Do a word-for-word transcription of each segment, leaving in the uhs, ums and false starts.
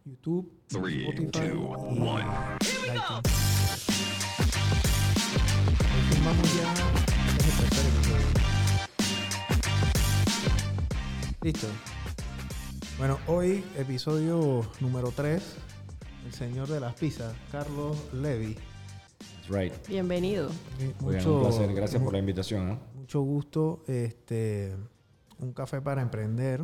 YouTube, Three, Spotify two, y one. iTunes. Confirmamos ya es el tercer episodio. Listo. Bueno, hoy episodio número tres. El señor de las pizzas, Carlos Levy. That's right. Bienvenido. Oigan, un placer. Gracias por la invitación. ¿eh? Mucho gusto. Este, un café para emprender.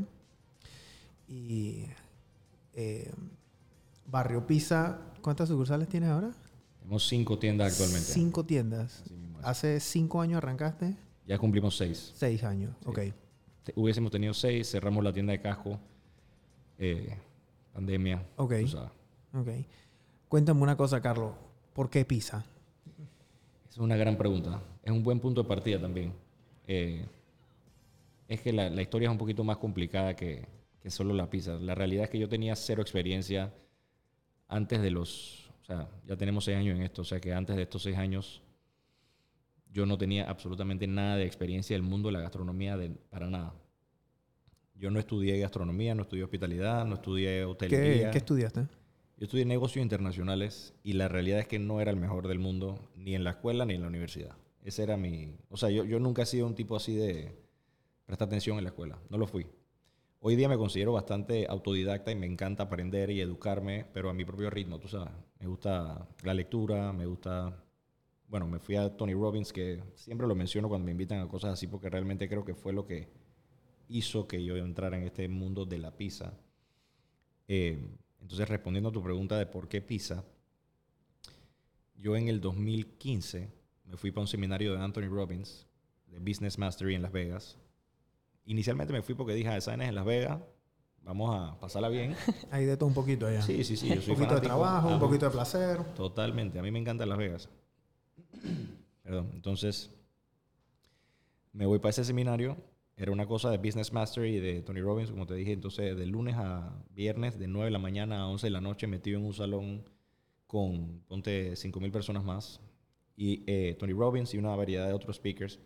Y eh, Barrio Pizza, ¿cuántas sucursales tienes ahora? Tenemos cinco tiendas actualmente. Cinco tiendas. Así mismo es. ¿Hace cinco años arrancaste? Ya cumplimos seis. Seis años, Sí. ok. Te- Hubiésemos tenido seis, cerramos la tienda de casco. Eh, pandemia. Ok. tú sabes. Ok. Cuéntame una cosa, Carlos. ¿Por qué pizza? Es una gran pregunta. Es un buen punto de partida también. Eh, es que la, la historia es un poquito más complicada que, que solo la pizza. La realidad es que yo tenía cero experiencia antes de los... O sea, ya tenemos seis años en esto. O sea, que antes de estos seis años yo no tenía absolutamente nada de experiencia del mundo de la gastronomía de, para nada. Yo no estudié gastronomía, no estudié hospitalidad, no estudié ¿Qué, hotelería. ¿Qué estudiaste? Yo estudié negocios internacionales y la realidad es que no era el mejor del mundo, ni en la escuela ni en la universidad. Ese era mi... O sea, yo, yo nunca he sido un tipo así de prestar atención en la escuela. No lo fui. Hoy día me considero bastante autodidacta y me encanta aprender y educarme, pero a mi propio ritmo, tú sabes. Me gusta la lectura, me gusta... Bueno, me fui a Tony Robbins, que siempre lo menciono cuando me invitan a cosas así, porque realmente creo que fue lo que hizo que yo entrara en este mundo de la pizza. Eh, entonces, respondiendo a tu pregunta de por qué pizza, yo en el dos mil quince me fui para un seminario de Anthony Robbins, de Business Mastery en Las Vegas. Inicialmente me fui porque dije, ah, esa vaina es en Las Vegas, vamos a pasarla bien. Hay de todo un poquito allá. Sí, sí, sí. Yo Un soy poquito de fanático. trabajo, un Amo- poquito de placer. Totalmente. A mí me encanta Las Vegas. Perdón. Entonces, me voy para ese seminario. Era una cosa de Business Mastery de Tony Robbins, como te dije. Entonces, de lunes a viernes, de nueve de la mañana a once de la noche, metido en un salón con, ponte, cinco mil personas más. Y eh, Tony Robbins y una variedad de otros speakers.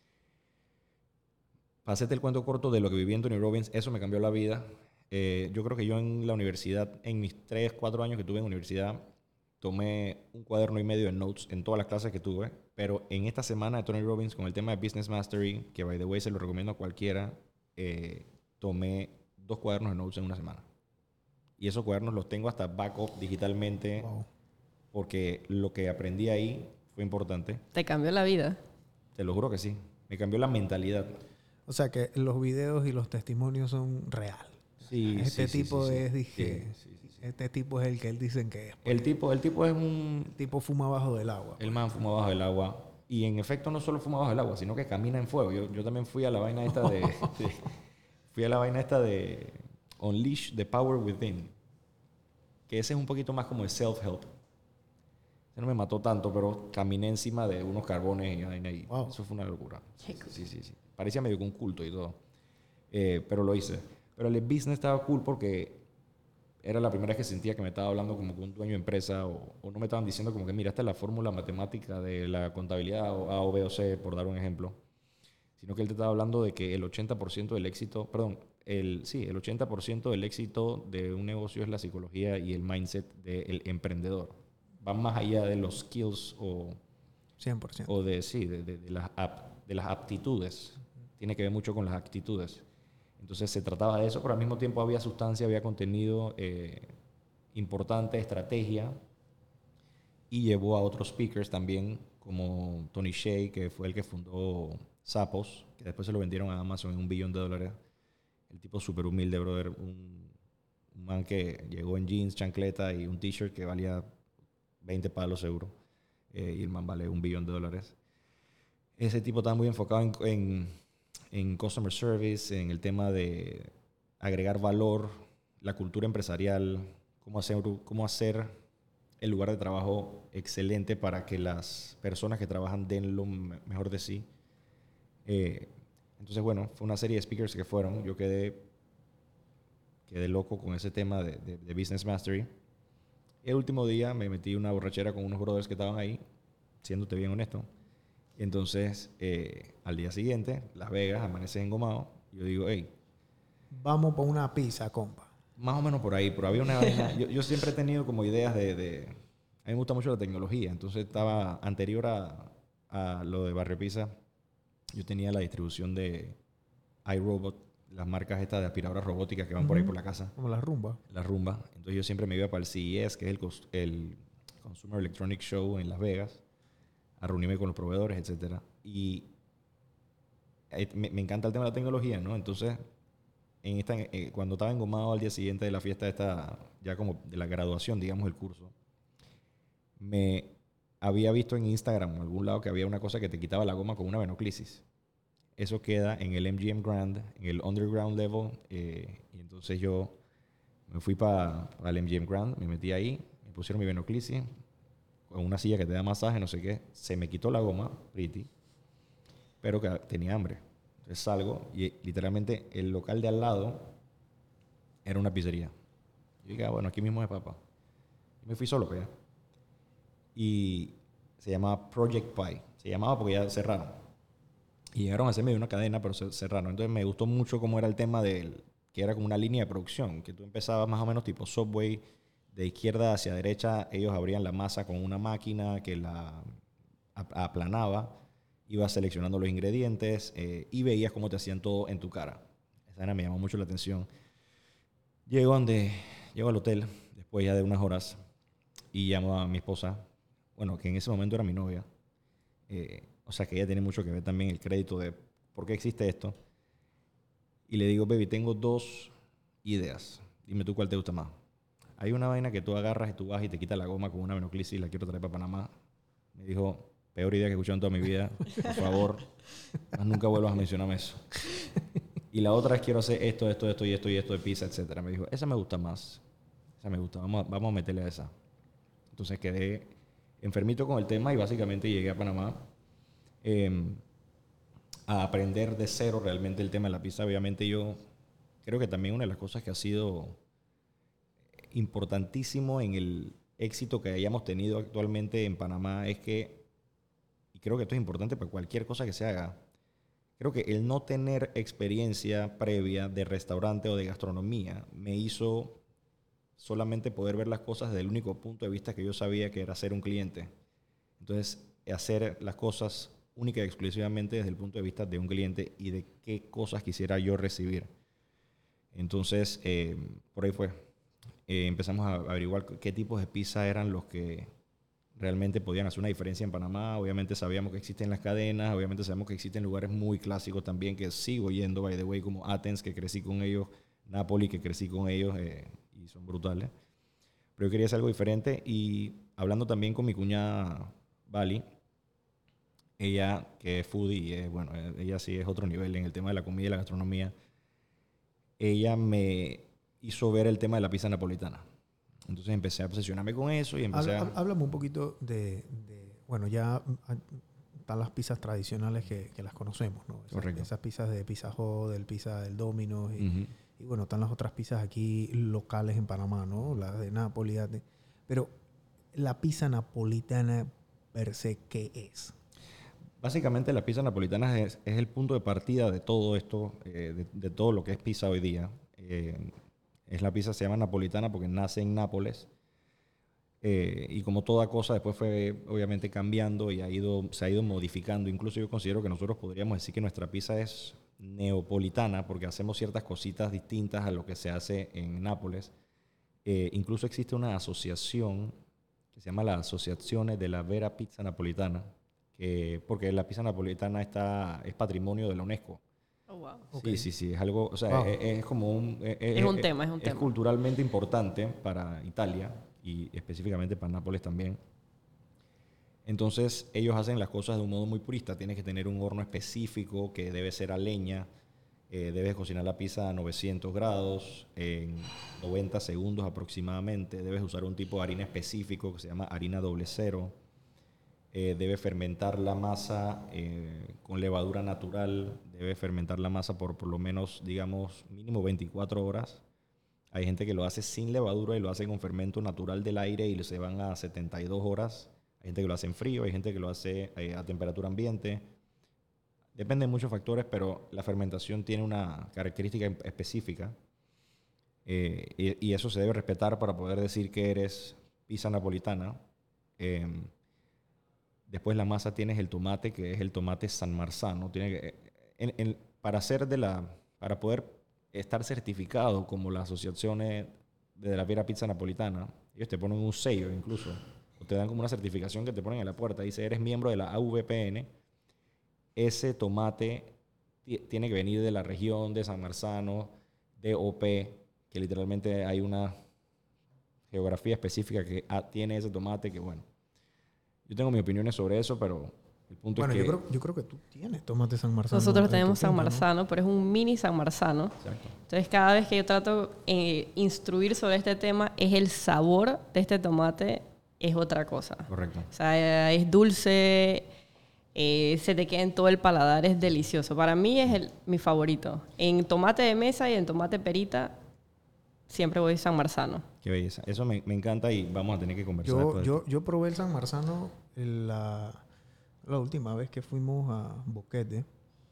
Para hacerte el cuento corto de lo que viví en Tony Robbins, eso me cambió la vida. Eh, yo creo que yo en la universidad, en mis tres, cuatro años que tuve en universidad, tomé un cuaderno y medio de notes en todas las clases que tuve, pero en esta semana de Tony Robbins con el tema de Business Mastery, que by the way se lo recomiendo a cualquiera, eh, tomé dos cuadernos de notes en una semana. Y esos cuadernos los tengo hasta backup digitalmente, Wow. porque lo que aprendí ahí fue importante. Te cambió la vida. Te lo juro que sí. Me cambió la mentalidad. O sea que los videos y los testimonios son real. Sí, Este sí, sí, tipo sí, sí. es, dije, Sí, sí, sí, sí. este tipo es el que él dicen que es. El tipo, el tipo es un... El tipo fuma bajo del agua. El man fuma bajo el agua. Y en efecto no solo fuma bajo el agua, sino que camina en fuego. Yo, yo también fui a la vaina esta de... de- fui a la vaina esta de Unleash the Power Within. Que ese es un poquito más como el self-help. Ese no me mató tanto, pero caminé encima de unos carbones y vaina y Wow. eso fue una locura. Qué Sí, sí, sí. Parecía medio que un culto y todo. Eh, pero lo hice. Pero el business estaba cool porque era la primera vez que sentía que me estaba hablando como que un dueño de empresa o, o no me estaban diciendo como que mira, esta es la fórmula matemática de la contabilidad o A o B o C, por dar un ejemplo. Sino que él te estaba hablando de que el ochenta por ciento del éxito, perdón, el, sí, el ochenta por ciento del éxito de un negocio es la psicología y el mindset del emprendedor. Van más allá de los skills o, cien por ciento. o de, sí, de, de, de las ap- de las aptitudes. Tiene que ver mucho con las actitudes. Entonces se trataba de eso, pero al mismo tiempo había sustancia, había contenido eh, importante, estrategia, y llevó a otros speakers también, como Tony Hsieh, que fue el que fundó Zappos, que después se lo vendieron a Amazon en un billón de dólares. El tipo súper humilde, brother. Un, un man que llegó en jeans, chancleta y un t-shirt que valía veinte palos seguro. Eh, y el man vale un billón de dólares. Ese tipo estaba muy enfocado en, en, en customer service, en el tema de agregar valor, la cultura empresarial, cómo hacer, cómo hacer el lugar de trabajo excelente para que las personas que trabajan den lo me- mejor de sí. Eh, entonces, bueno, fue una serie de speakers que fueron. Yo quedé, quedé loco con ese tema de, de, de Business Mastery. El último día me metí una borrachera con unos brothers que estaban ahí, siéndote bien honesto. Y entonces, eh, al día siguiente, Las Vegas, amaneces engomado. Yo digo, hey, Vamos por una pizza, compa. Más o menos por ahí, pero había una vaina. Yo, yo siempre he tenido como ideas de, de. A mí me gusta mucho la tecnología, entonces estaba anterior a, a lo de Barrio Pizza. Yo tenía la distribución de iRobot, las marcas estas de aspiradoras robóticas que van por ahí por Ujú. la casa, Como la rumba. la rumba. Entonces yo siempre me iba para el C E S, que es el, cos- el Consumer Electronic Show en Las Vegas, a reunirme con los proveedores, etcétera. Y eh, me, me encanta el tema de la tecnología, ¿no? Entonces, en esta, eh, cuando estaba engomado al día siguiente de la fiesta esta, ya como de la graduación, digamos, del curso, me había visto en Instagram en algún lado que había una cosa que te quitaba la goma con una venoclisis. Eso queda en el M G M Grand, en el underground level, eh, y entonces yo me fui para el M G M Grand, me metí ahí, me pusieron mi venoclisis, con una silla que te da masaje, no sé qué, se me quitó la goma, pretty, pero que tenía hambre. Entonces salgo y literalmente el local de al lado era una pizzería. Yo dije, ah, bueno, aquí mismo es papá. Y me fui solo para allá. Y se llamaba Project Pie. Se llamaba porque ya cerraron. Y llegaron a hacerme una cadena, pero se cerraron. Entonces me gustó mucho cómo era el tema del que era como una línea de producción, que tú empezabas más o menos tipo Subway, de izquierda hacia derecha, ellos abrían la masa con una máquina que la ap- aplanaba, ibas seleccionando los ingredientes eh, y veías cómo te hacían todo en tu cara. Esa era, me llamó mucho la atención. Llego, donde, llego al hotel, después ya de unas horas, y llamo a mi esposa, bueno, que en ese momento era mi novia. Eh, o sea que ella tiene mucho que ver también el crédito de por qué existe esto. Y le digo, baby, tengo dos ideas. Dime tú cuál te gusta más. Hay una vaina que tú agarras y tú vas y te quitas la goma con una venoclisis y la quiero traer para Panamá. Me dijo, peor idea que he escuchado en toda mi vida. Por favor, más nunca vuelvas a mencionarme eso. Y la otra es quiero hacer esto, esto, esto y esto y esto de pizza, etcétera. Me dijo, esa me gusta más. Esa me gusta. Vamos a, vamos a meterle a esa. Entonces quedé enfermito con el tema y básicamente llegué a Panamá eh, a aprender de cero realmente el tema de la pizza. Obviamente yo creo que también una de las cosas que ha sido importantísimo en el éxito que hayamos tenido actualmente en Panamá es que, y creo que esto es importante para cualquier cosa que se haga, creo que el no tener experiencia previa de restaurante o de gastronomía me hizo solamente poder ver las cosas desde el único punto de vista que yo sabía que era ser un cliente. Entonces, hacer las cosas única y exclusivamente desde el punto de vista de un cliente y de qué cosas quisiera yo recibir. Entonces, eh, por ahí fue. Eh, empezamos a averiguar qué tipos de pizza eran los que realmente podían hacer una diferencia en Panamá. Obviamente sabíamos que existen las cadenas, obviamente sabemos que existen lugares muy clásicos también que sigo yendo, by the way, como Athens, que crecí con ellos, Napoli, que crecí con ellos eh, y son brutales. Pero yo quería hacer algo diferente y hablando también con mi cuñada Bali, ella que es foodie, eh, bueno, eh, ella sí es otro nivel en el tema de la comida y la gastronomía, ella me hizo ver el tema de la pizza napolitana. Entonces empecé a obsesionarme con eso y empecé Habla- a... hab- Háblame un poquito de, de- bueno, ya mm, ah, están las pizzas tradicionales que, que las conocemos, ¿no? Esas, Correcto. esas pizzas de Pizza Hut, del pizza del Domino's y, Ujú. y bueno, están las otras pizzas aquí locales en Panamá, ¿no? Las de Nápoles. las de- Pero la pizza napolitana per se, ¿qué es? Básicamente la pizza napolitana es, es el punto de partida de todo esto, eh, de, de todo lo que es pizza hoy día. Eh, es la pizza, se llama napolitana porque nace en Nápoles. Eh, y como toda cosa, después fue obviamente cambiando y ha ido, se ha ido modificando. Incluso yo considero que nosotros podríamos decir que nuestra pizza es neapolitana porque hacemos ciertas cositas distintas a lo que se hace en Nápoles. Eh, incluso existe una asociación que se llama la Asociazione de la Vera Pizza Napolitana, que, porque la pizza napolitana está, es patrimonio de la UNESCO. Oh, wow. Ok. Sí, sí, sí, es algo, o sea, Wow. es, es como un... Es, Es un tema, es un es tema. culturalmente importante para Italia y específicamente para Nápoles también. Entonces, ellos hacen las cosas de un modo muy purista. Tienes que tener un horno específico que debe ser a leña. Eh, debes cocinar la pizza a novecientos grados en noventa segundos aproximadamente. Debes usar un tipo de harina específico que se llama harina doble cero. Eh, debe fermentar la masa eh, con levadura natural. Debe fermentar la masa por por lo menos, digamos, mínimo veinticuatro horas. Hay gente que lo hace sin levadura y lo hace con fermento natural del aire y se van a setenta y dos horas. Hay gente que lo hace en frío, hay gente que lo hace eh, a temperatura ambiente. Depende de muchos factores, pero la fermentación tiene una característica em- específica. Eh, y, y eso se debe respetar para poder decir que eres pizza napolitana. Eh, después la masa tienes el tomate, que es el tomate San Marzano. Tiene que, en, en, para, hacer de la, para poder estar certificado como la asociación de la Vera Pizza Napolitana, ellos te ponen un sello incluso, o te dan como una certificación que te ponen en la puerta. Dice, eres miembro de la A V P N. Ese tomate tiene que venir de la región de San Marzano, D O P, que literalmente hay una geografía específica que tiene ese tomate, que bueno, yo tengo mis opiniones sobre eso, pero el punto bueno, es que... Bueno, yo creo, yo creo que tú tienes tomate San Marzano. Nosotros tenemos San finca, Marzano, ¿no? pero es un mini San Marzano. Exacto. Entonces, cada vez que yo trato de eh, instruir sobre este tema, es el sabor de este tomate, es otra cosa. Correcto. O sea, es dulce, eh, se te queda en todo el paladar, es delicioso. Para mí es el, mi favorito. En tomate de mesa y en tomate perita, siempre voy San Marzano. Qué belleza. Eso me, me encanta y vamos a tener que conversar Yo, después. yo, yo probé el San Marzano la, la última vez que fuimos a Boquete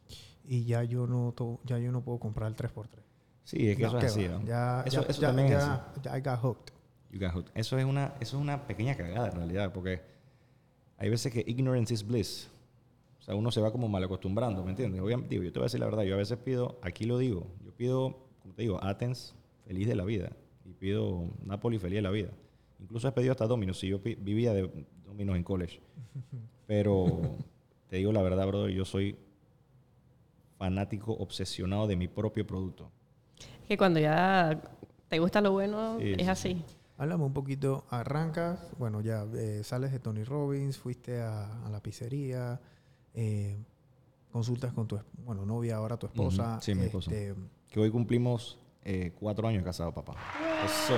y ya yo no, to, ya yo no puedo comprar el tres por tres. Sí, es que No, eso es así. va. ¿no? Ya, eso ya, eso ya, también ya, es así. ya I got hooked. You got hooked. Eso es una, eso es una pequeña cagada en realidad, porque hay veces que ignorance is bliss. O sea, uno se va como mal acostumbrando, ¿me entiendes? Obviamente, digo, yo te voy a decir la verdad, yo a veces pido, aquí lo digo, yo pido, como te digo, Athens, feliz de la vida. Y pido Napoli, feliz de la vida. Incluso he pedido hasta Domino's, si yo pi- vivía de Domino's en college. Pero te digo la verdad, brother, yo soy fanático, obsesionado de mi propio producto. Que cuando ya te gusta lo bueno, Sí, es sí, así. sí. Háblame un poquito, arrancas, bueno, ya eh, sales de Tony Robbins, fuiste a, a la pizzería, eh, consultas con tu, es- bueno, novia, ahora tu esposa. Ujú, sí, mi esposa. este, Que hoy cumplimos eh, cuatro años casados, papá. Eso.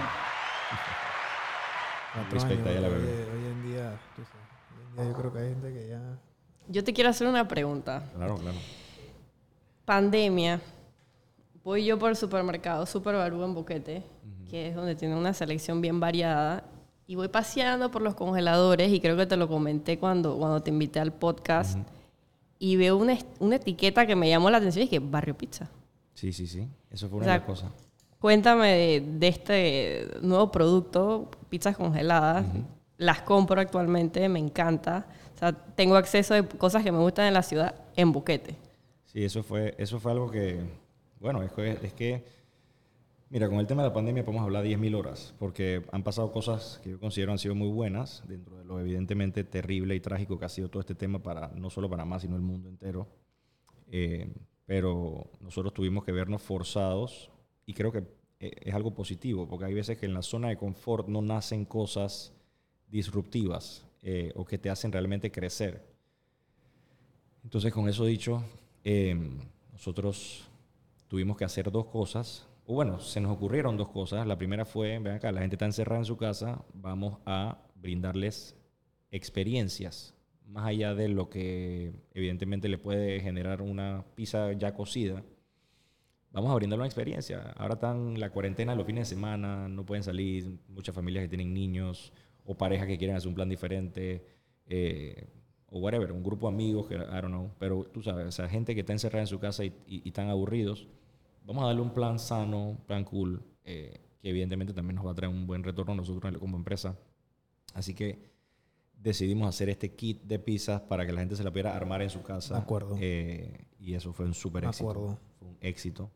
cuatro Respecta años, ya la hoy, bebé. hoy en día, tú sabes, hoy en día yo creo que hay gente que ya... Yo te quiero hacer una pregunta. Claro, claro. Pandemia. Voy yo por el supermercado Super Barú en Boquete, uh-huh. que es donde tiene una selección bien variada. Y voy paseando por los congeladores, y creo que te lo comenté cuando, cuando te invité al podcast. Uh-huh. Y veo una, una etiqueta que me llamó la atención, y es que Barrio Pizza. Sí, sí, sí. Eso fue una o sea, de las cosas. Cuéntame de, de este nuevo producto, pizzas congeladas. Uh-huh. Las compro actualmente, me encanta. O sea, tengo acceso a cosas que me gustan en la ciudad en Boquete. Sí, eso fue, eso fue algo que, bueno, es que, es que, mira, con el tema de la pandemia podemos hablar diez mil horas, porque han pasado cosas que yo considero han sido muy buenas, dentro de lo evidentemente terrible y trágico que ha sido todo este tema, para no solo Panamá, sino el mundo entero. Eh, pero nosotros tuvimos que vernos forzados, y creo que es algo positivo, porque hay veces que en la zona de confort no nacen cosas disruptivas eh, o que te hacen realmente crecer. Entonces, con eso dicho, eh, nosotros tuvimos que hacer dos cosas. O bueno, se nos ocurrieron dos cosas. La primera fue, ven acá, la gente está encerrada en su casa, vamos a brindarles experiencias, más allá de lo que evidentemente le puede generar una pizza ya cocida. Vamos a brindarle una experiencia. Ahora están la cuarentena los fines de semana, no pueden salir, muchas familias que tienen niños o parejas que quieren hacer un plan diferente, eh, o whatever, un grupo de amigos que, I don't know, pero tú sabes, o sea, gente que está encerrada en su casa y, y, y están aburridos. Vamos a darle un plan sano, un plan cool, eh, que evidentemente también nos va a traer un buen retorno a nosotros como empresa. Así que decidimos hacer este kit de pizzas para que la gente se la pudiera armar en su casa. De acuerdo. Eh, y eso fue un súper éxito. De acuerdo. Fue un éxito.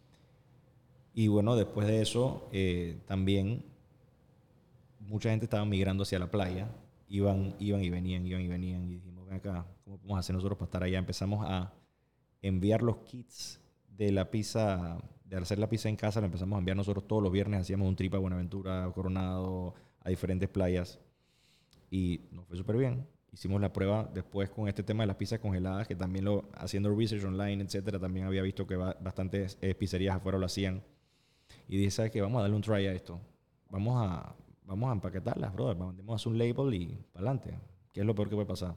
Y bueno, después de eso, eh, también mucha gente estaba migrando hacia la playa. Iban, iban y venían, iban y venían. Y dijimos, ven acá, ¿cómo podemos hacer nosotros para estar allá? Empezamos a enviar los kits de la pizza, de hacer la pizza en casa. Lo empezamos a enviar nosotros todos los viernes. Hacíamos un trip a Buenaventura, a Coronado, a diferentes playas. Y nos fue súper bien. Hicimos la prueba después con este tema de las pizzas congeladas, que también lo, haciendo research online, etcétera, también había visto que va, bastantes eh, pizzerías afuera lo hacían. Y dije, ¿sabes qué? Vamos a darle un try a esto. Vamos a, vamos a empaquetarlas, brother. Vamos a hacer un label y para adelante. ¿Qué es lo peor que puede pasar?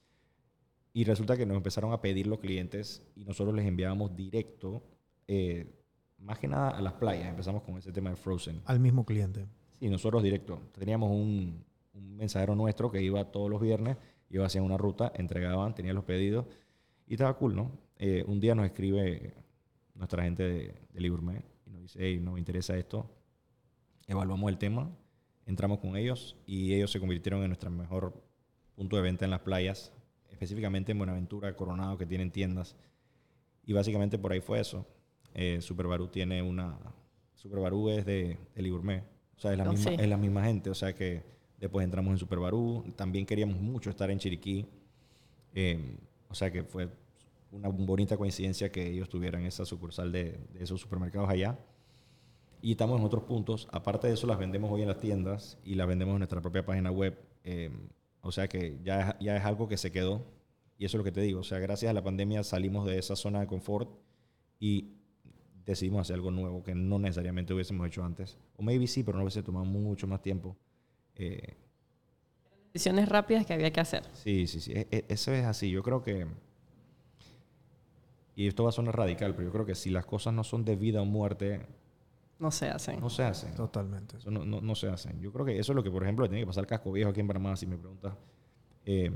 Y resulta que nos empezaron a pedir los clientes y nosotros les enviábamos directo, eh, más que nada a las playas. Empezamos con ese tema de Frozen. Al mismo cliente. Sí, nosotros directo. Teníamos un, un mensajero nuestro que iba todos los viernes, iba hacia una ruta, entregaban, tenía los pedidos y estaba cool, ¿no? Eh, un día nos escribe nuestra gente de, de Ligourmet y nos nos dice, hey, nos interesa esto. Evaluamos el tema, entramos con ellos y ellos se convirtieron en nuestro mejor punto de venta en las playas, específicamente en Buenaventura, Coronado, que tienen tiendas. Y básicamente por ahí fue eso. Eh, Super Barú tiene una... Super Barú es de, de Ligourmet. O sea, es la, Oh, misma, sí. es la misma gente. O sea que después entramos en Super Barú. También queríamos mucho estar en Chiriquí. Eh, o sea que fue una bonita coincidencia que ellos tuvieran esa sucursal de, de esos supermercados allá. Y estamos en otros puntos. Aparte de eso, las vendemos hoy en las tiendas y las vendemos en nuestra propia página web. Eh, o sea que ya, ya es algo que se quedó. Y eso es lo que te digo. O sea, gracias a la pandemia salimos de esa zona de confort y decidimos hacer algo nuevo que no necesariamente hubiésemos hecho antes. O maybe sí, pero no hubiese tomado mucho más tiempo. Eh, Decisiones rápidas que había que hacer. sí, sí, sí. E- e- eso es así. Yo creo que... Y esto va a sonar radical, pero yo creo que si las cosas no son de vida o muerte, No se hacen. no se hacen. Totalmente. Eso no, no, no se hacen. Yo creo que eso es lo que, por ejemplo, le tiene que pasar al Casco Viejo aquí en Panamá, si me preguntas. Eh,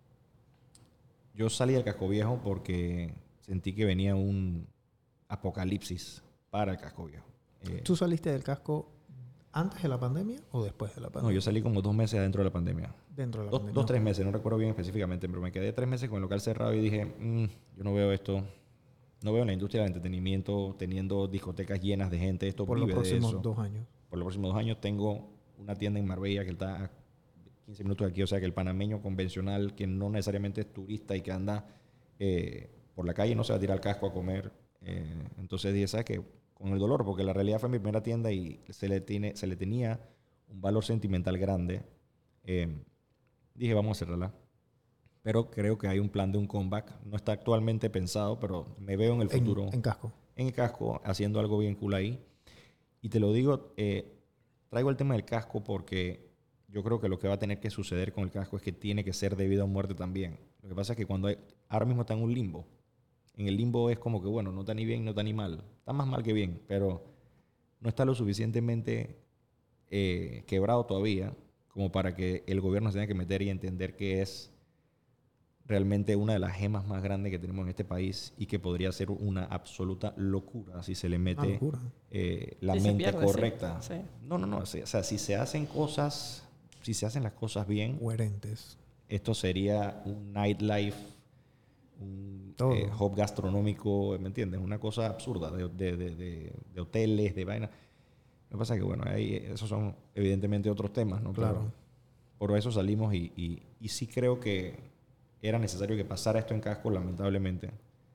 yo salí del Casco Viejo porque sentí que venía un apocalipsis para el Casco Viejo. Eh, ¿Tú saliste del casco antes de la pandemia o después de la pandemia? no, yo salí como dos meses adentro de la pandemia. Dentro de la Dos, pandemia. dos, tres meses, no recuerdo bien específicamente, pero me quedé tres meses con el local cerrado y dije, mm, yo no veo esto, no veo la industria del entretenimiento teniendo discotecas llenas de gente, esto Por los vive de próximos eso. dos años. Por los próximos dos años tengo una tienda en Marbella que está a quince minutos de aquí, o sea que el panameño convencional que no necesariamente es turista y que anda eh, por la calle no se va a tirar al casco a comer. Eh, entonces dije, ¿sabes qué? Con el dolor, porque la realidad fue mi primera tienda y se le, tiene, se le tenía un valor sentimental grande. Eh, dije, vamos a cerrarla. Pero creo que hay un plan de un comeback. No está actualmente pensado, pero me veo en el futuro. En, en casco. En el casco, haciendo algo bien cool ahí. Y te lo digo, eh, traigo el tema del casco porque yo creo que lo que va a tener que suceder con el casco es que tiene que ser de vida o muerte también. Lo que pasa es que cuando hay, ahora mismo está en un limbo. En el limbo es como que, bueno, no está ni bien, no está ni mal. Está más mal que bien, pero no está lo suficientemente eh, quebrado todavía como para que el gobierno se tenga que meter y entender que es realmente una de las gemas más grandes que tenemos en este país y que podría ser una absoluta locura si se le Una mete locura. eh, la Si se mente pierde, sí. correcta. Sí. No, no, no. O sea, si se hacen cosas, si se hacen las cosas bien, Coherentes. esto sería un nightlife, un Todo. eh, hub gastronómico, ¿me entiendes? Una cosa absurda de, de, de, de, de hoteles, de vainas. Lo que pasa es que, bueno, ahí, esos son evidentemente otros temas, ¿no? Claro. Pero por eso salimos y, y, y sí creo que era necesario que pasara esto en casco, lamentablemente,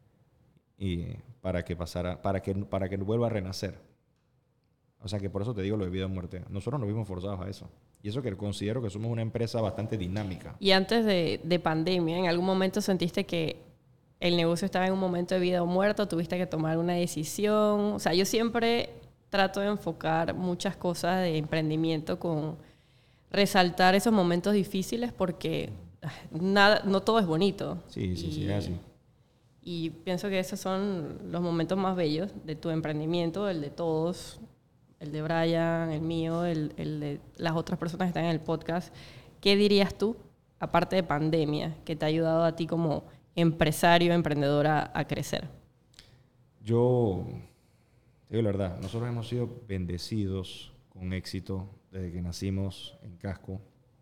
y para que pasara, para que, para que vuelva a renacer. O sea que por eso te digo lo de vida o muerte. Nosotros nos vimos forzados a eso. Y eso que considero que somos una empresa bastante dinámica. Y antes de, de pandemia, ¿en algún momento sentiste que el negocio estaba en un momento de vida o muerte? ¿Tuviste que tomar una decisión? O sea, yo siempre trato de enfocar muchas cosas de emprendimiento con resaltar esos momentos difíciles porque ah, nada, no todo es bonito. Sí, sí, y, sí, es así. Y pienso que esos son los momentos más bellos de tu emprendimiento, el de todos, el de Brian, el mío, el, el de las otras personas que están en el podcast. ¿Qué dirías tú, aparte de pandemia, que te ha ayudado a ti como empresario, emprendedora a crecer? Yo, te digo la verdad, nosotros hemos sido bendecidos con éxito desde que nacimos en casco.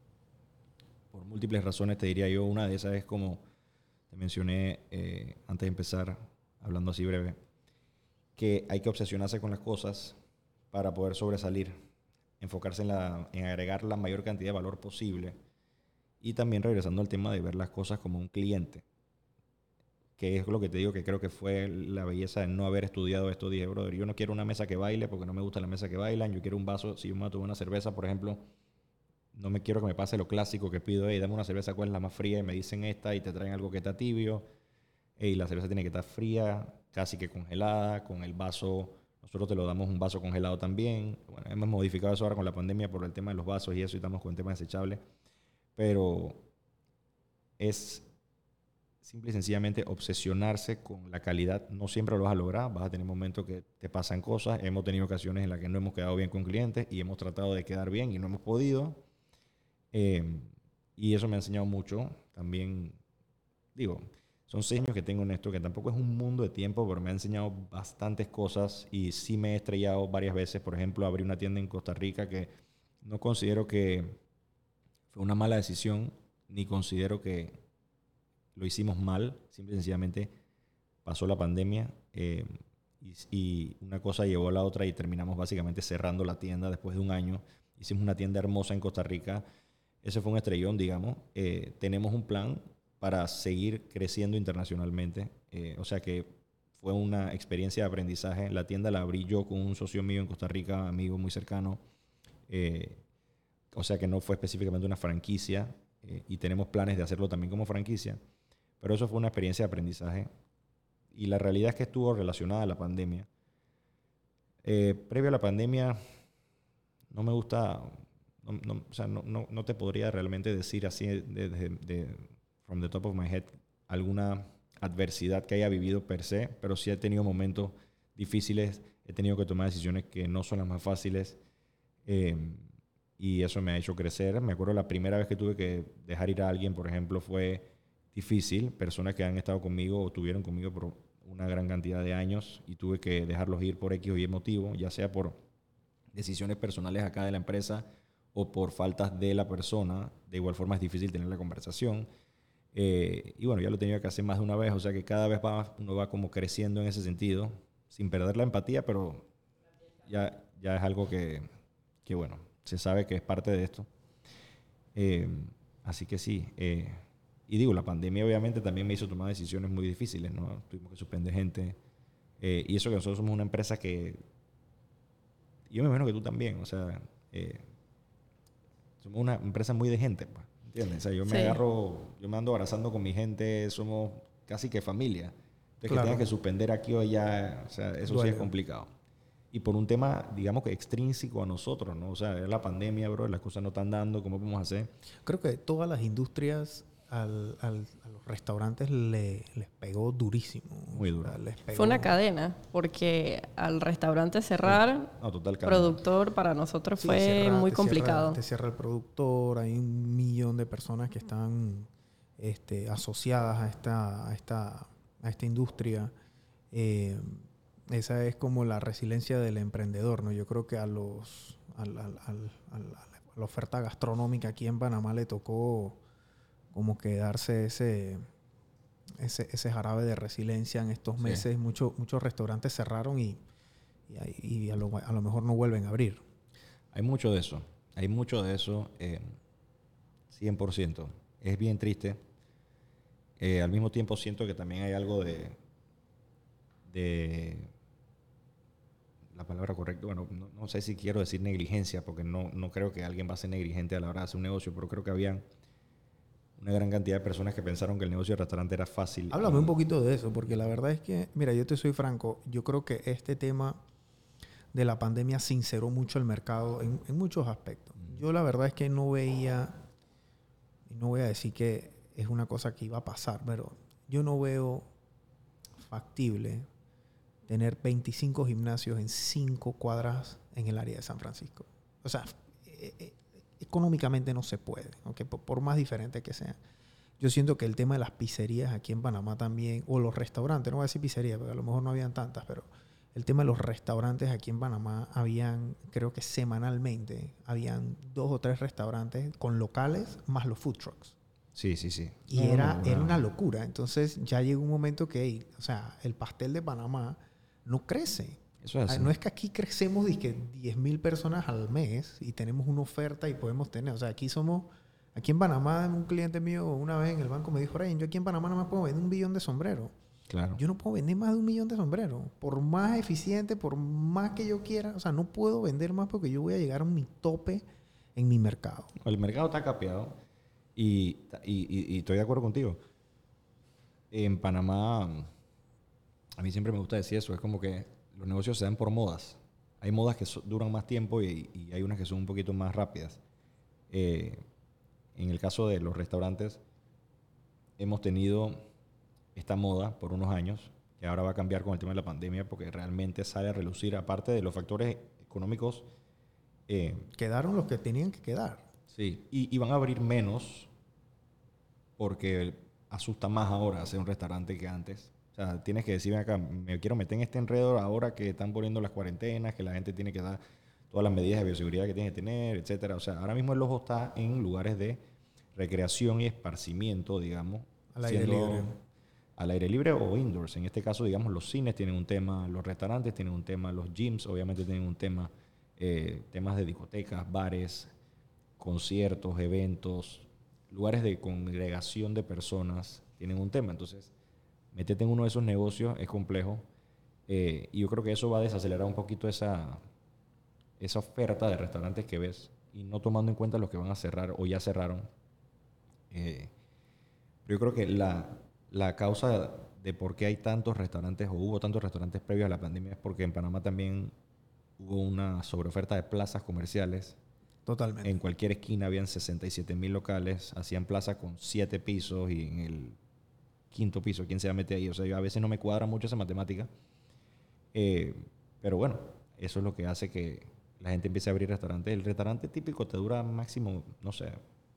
Por múltiples razones, te diría yo. Una de esas es como te mencioné eh, antes de empezar, hablando así breve, que hay que obsesionarse con las cosas para poder sobresalir, enfocarse en, la, en agregar la mayor cantidad de valor posible y también regresando al tema de ver las cosas como un cliente, que es lo que te digo que creo que fue la belleza de no haber estudiado esto. Dije, brother, yo no quiero una mesa que baile porque no me gusta la mesa que bailan, yo quiero un vaso, si yo me tomo una cerveza, por ejemplo, no me quiero que me pase lo clásico que pido, hey, dame una cerveza, ¿cuál es la más fría? Y me dicen esta y te traen algo que está tibio. Hey, la cerveza tiene que estar fría, casi que congelada, con el vaso. Nosotros te lo damos un vaso congelado también. Bueno, hemos modificado eso ahora con la pandemia por el tema de los vasos y eso, y estamos con el tema desechable. Pero es simple y sencillamente obsesionarse con la calidad. No siempre lo vas a lograr, vas a tener momentos que te pasan cosas. Hemos tenido ocasiones en las que no hemos quedado bien con clientes y hemos tratado de quedar bien y no hemos podido. Eh, y eso me ha enseñado mucho. También, digo, son seis años que tengo en esto, que tampoco es un mundo de tiempo, pero me ha enseñado bastantes cosas y sí me he estrellado varias veces. Por ejemplo, abrí una tienda en Costa Rica que no considero que fue una mala decisión, ni considero que lo hicimos mal. Simple y sencillamente pasó la pandemia eh, y, y una cosa llevó a la otra y terminamos básicamente cerrando la tienda después de un año. Hicimos una tienda hermosa en Costa Rica. Ese fue un estrellón, digamos. Eh, tenemos un plan para seguir creciendo internacionalmente. Eh, o sea que fue una experiencia de aprendizaje. La tienda la abrí yo con un socio mío en Costa Rica, amigo muy cercano. Eh, o sea que no fue específicamente una franquicia eh, y tenemos planes de hacerlo también como franquicia. Pero eso fue una experiencia de aprendizaje. Y la realidad es que estuvo relacionada a la pandemia. Eh, previo a la pandemia, no me gusta... No, no, o sea, no, no, no te podría realmente decir así de, de, de, from the top of my head alguna adversidad que haya vivido per se, pero sí he tenido momentos difíciles, he tenido que tomar decisiones que no son las más fáciles eh, y eso me ha hecho crecer. Me acuerdo la primera vez que tuve que dejar ir a alguien, por ejemplo, fue difícil. Personas que han estado conmigo o estuvieron conmigo por una gran cantidad de años y tuve que dejarlos ir por X o Y motivo, ya sea por decisiones personales acá de la empresa o por faltas de la persona. De igual forma es difícil tener la conversación. Eh, y bueno, ya lo he tenido que hacer más de una vez, o sea que cada vez va, uno va como creciendo en ese sentido, sin perder la empatía, pero ya, ya es algo que, que, bueno, se sabe que es parte de esto. Eh, así que sí. Eh, y digo, la pandemia obviamente también me hizo tomar decisiones muy difíciles, ¿no? Tuvimos que suspender gente. Eh, y eso que nosotros somos una empresa que... Yo me imagino que tú también, o sea... Eh, somos una empresa muy de gente, pues, ¿entiendes? O sea, yo me Sí. agarro, yo me ando abrazando con mi gente, somos casi que familia. Entonces, Claro. que tengas que suspender aquí o allá, o sea, eso sí Duele. es complicado. Y por un tema, digamos que extrínseco a nosotros, ¿no? O sea, es la pandemia, bro, las cosas no están dando, ¿cómo podemos hacer? Creo que todas las industrias al, al- a los restaurantes le, les pegó durísimo. Muy duro. O sea, les pegó- Fue una cadena, porque al restaurante cerrar, No, total cambio. productor para nosotros Sí, fue cierra- muy te complicado. Cierra, te cierra el productor, hay un millón de personas que están este, asociadas a esta, a esta, a esta industria. Eh, esa es como la resiliencia del emprendedor, ¿no? Yo creo que a los al- al- al- al- a la oferta gastronómica aquí en Panamá le tocó como que darse ese, ese, ese jarabe de resiliencia en estos Sí. meses. Muchos muchos restaurantes cerraron y, y, ahí- y a, lo, a lo mejor no vuelven a abrir. Hay mucho de eso. Hay mucho de eso. Eh, cien por ciento. Es bien triste. Eh, al mismo tiempo siento que también hay algo de... de la palabra correcta, bueno, no, no sé si quiero decir negligencia, porque no, no creo que alguien va a ser negligente a la hora de hacer un negocio, pero creo que habían una gran cantidad de personas que pensaron que el negocio de restaurante era fácil. Háblame y- un poquito de eso, porque la verdad es que, mira, yo te soy franco, yo creo que este tema de la pandemia sinceró mucho el mercado en, en muchos aspectos. Yo la verdad es que no veía, y no voy a decir que es una cosa que iba a pasar, pero yo no veo factible tener veinticinco gimnasios en cinco cuadras en el área de San Francisco. O sea, eh, eh, económicamente no se puede, ¿ok? por, por más diferente que sea. Yo siento que el tema de las pizzerías aquí en Panamá también, o los restaurantes, no voy a decir pizzería, porque a lo mejor no habían tantas, pero el tema de los restaurantes aquí en Panamá, habían, creo que semanalmente, habían dos o tres restaurantes con locales más los food trucks. Sí, sí, sí. Y No, era, no, no, era no. una locura. Entonces ya llegó un momento que, ey, o sea, el pastel de Panamá no crece. Eso es Ah, así. no es que aquí crecemos dizque diez mil personas al mes y tenemos una oferta y podemos tener. O sea, aquí somos... Aquí en Panamá, un cliente mío una vez en el banco me dijo, Rey, yo aquí en Panamá no me puedo vender un billón de sombreros. Claro. Yo no puedo vender más de un millón de sombreros. Por más eficiente, por más que yo quiera. O sea, no puedo vender más porque yo voy a llegar a mi tope en mi mercado. El mercado está capeado y, y, y- y estoy de acuerdo contigo. En Panamá, a mí siempre me gusta decir eso, es como que los negocios se dan por modas. Hay modas que so- duran más tiempo y, y hay unas que son un poquito más rápidas. Eh, en el caso de los restaurantes, hemos tenido esta moda por unos años, que ahora va a cambiar con el tema de la pandemia, porque realmente sale a relucir, aparte de los factores económicos, eh, Quedaron los que tenían que quedar. sí, y, y van a abrir menos porque asusta más ahora hacer un restaurante que antes. O sea, tienes que decirme acá, me quiero meter en este enredo ahora que están poniendo las cuarentenas, que la gente tiene que dar todas las medidas de bioseguridad que tiene que tener, etcétera. O sea, ahora mismo el ojo está en lugares de recreación y esparcimiento, digamos. Al aire libre. Al aire libre o indoors. En este caso, digamos, los cines tienen un tema, los restaurantes tienen un tema, los gyms obviamente tienen un tema, eh, temas de discotecas, bares, conciertos, eventos, lugares de congregación de personas tienen un tema. Entonces, métete en uno de esos negocios es complejo. Eh, y yo creo que eso va a desacelerar un poquito esa, esa oferta de restaurantes que ves y no tomando en cuenta los que van a cerrar o ya cerraron. Eh, pero yo creo que la, la causa de por qué hay tantos restaurantes o hubo tantos restaurantes previos a la pandemia es porque en Panamá también hubo una sobreoferta de plazas comerciales. Totalmente. En cualquier esquina habían sesenta y siete mil locales, hacían plazas con siete pisos y en el quinto piso, ¿quién se va a meter ahí? O sea, yo a veces no me cuadra mucho esa matemática. Eh, pero bueno, eso es lo que hace que la gente empiece a abrir restaurantes. El restaurante típico te dura máximo, no sé,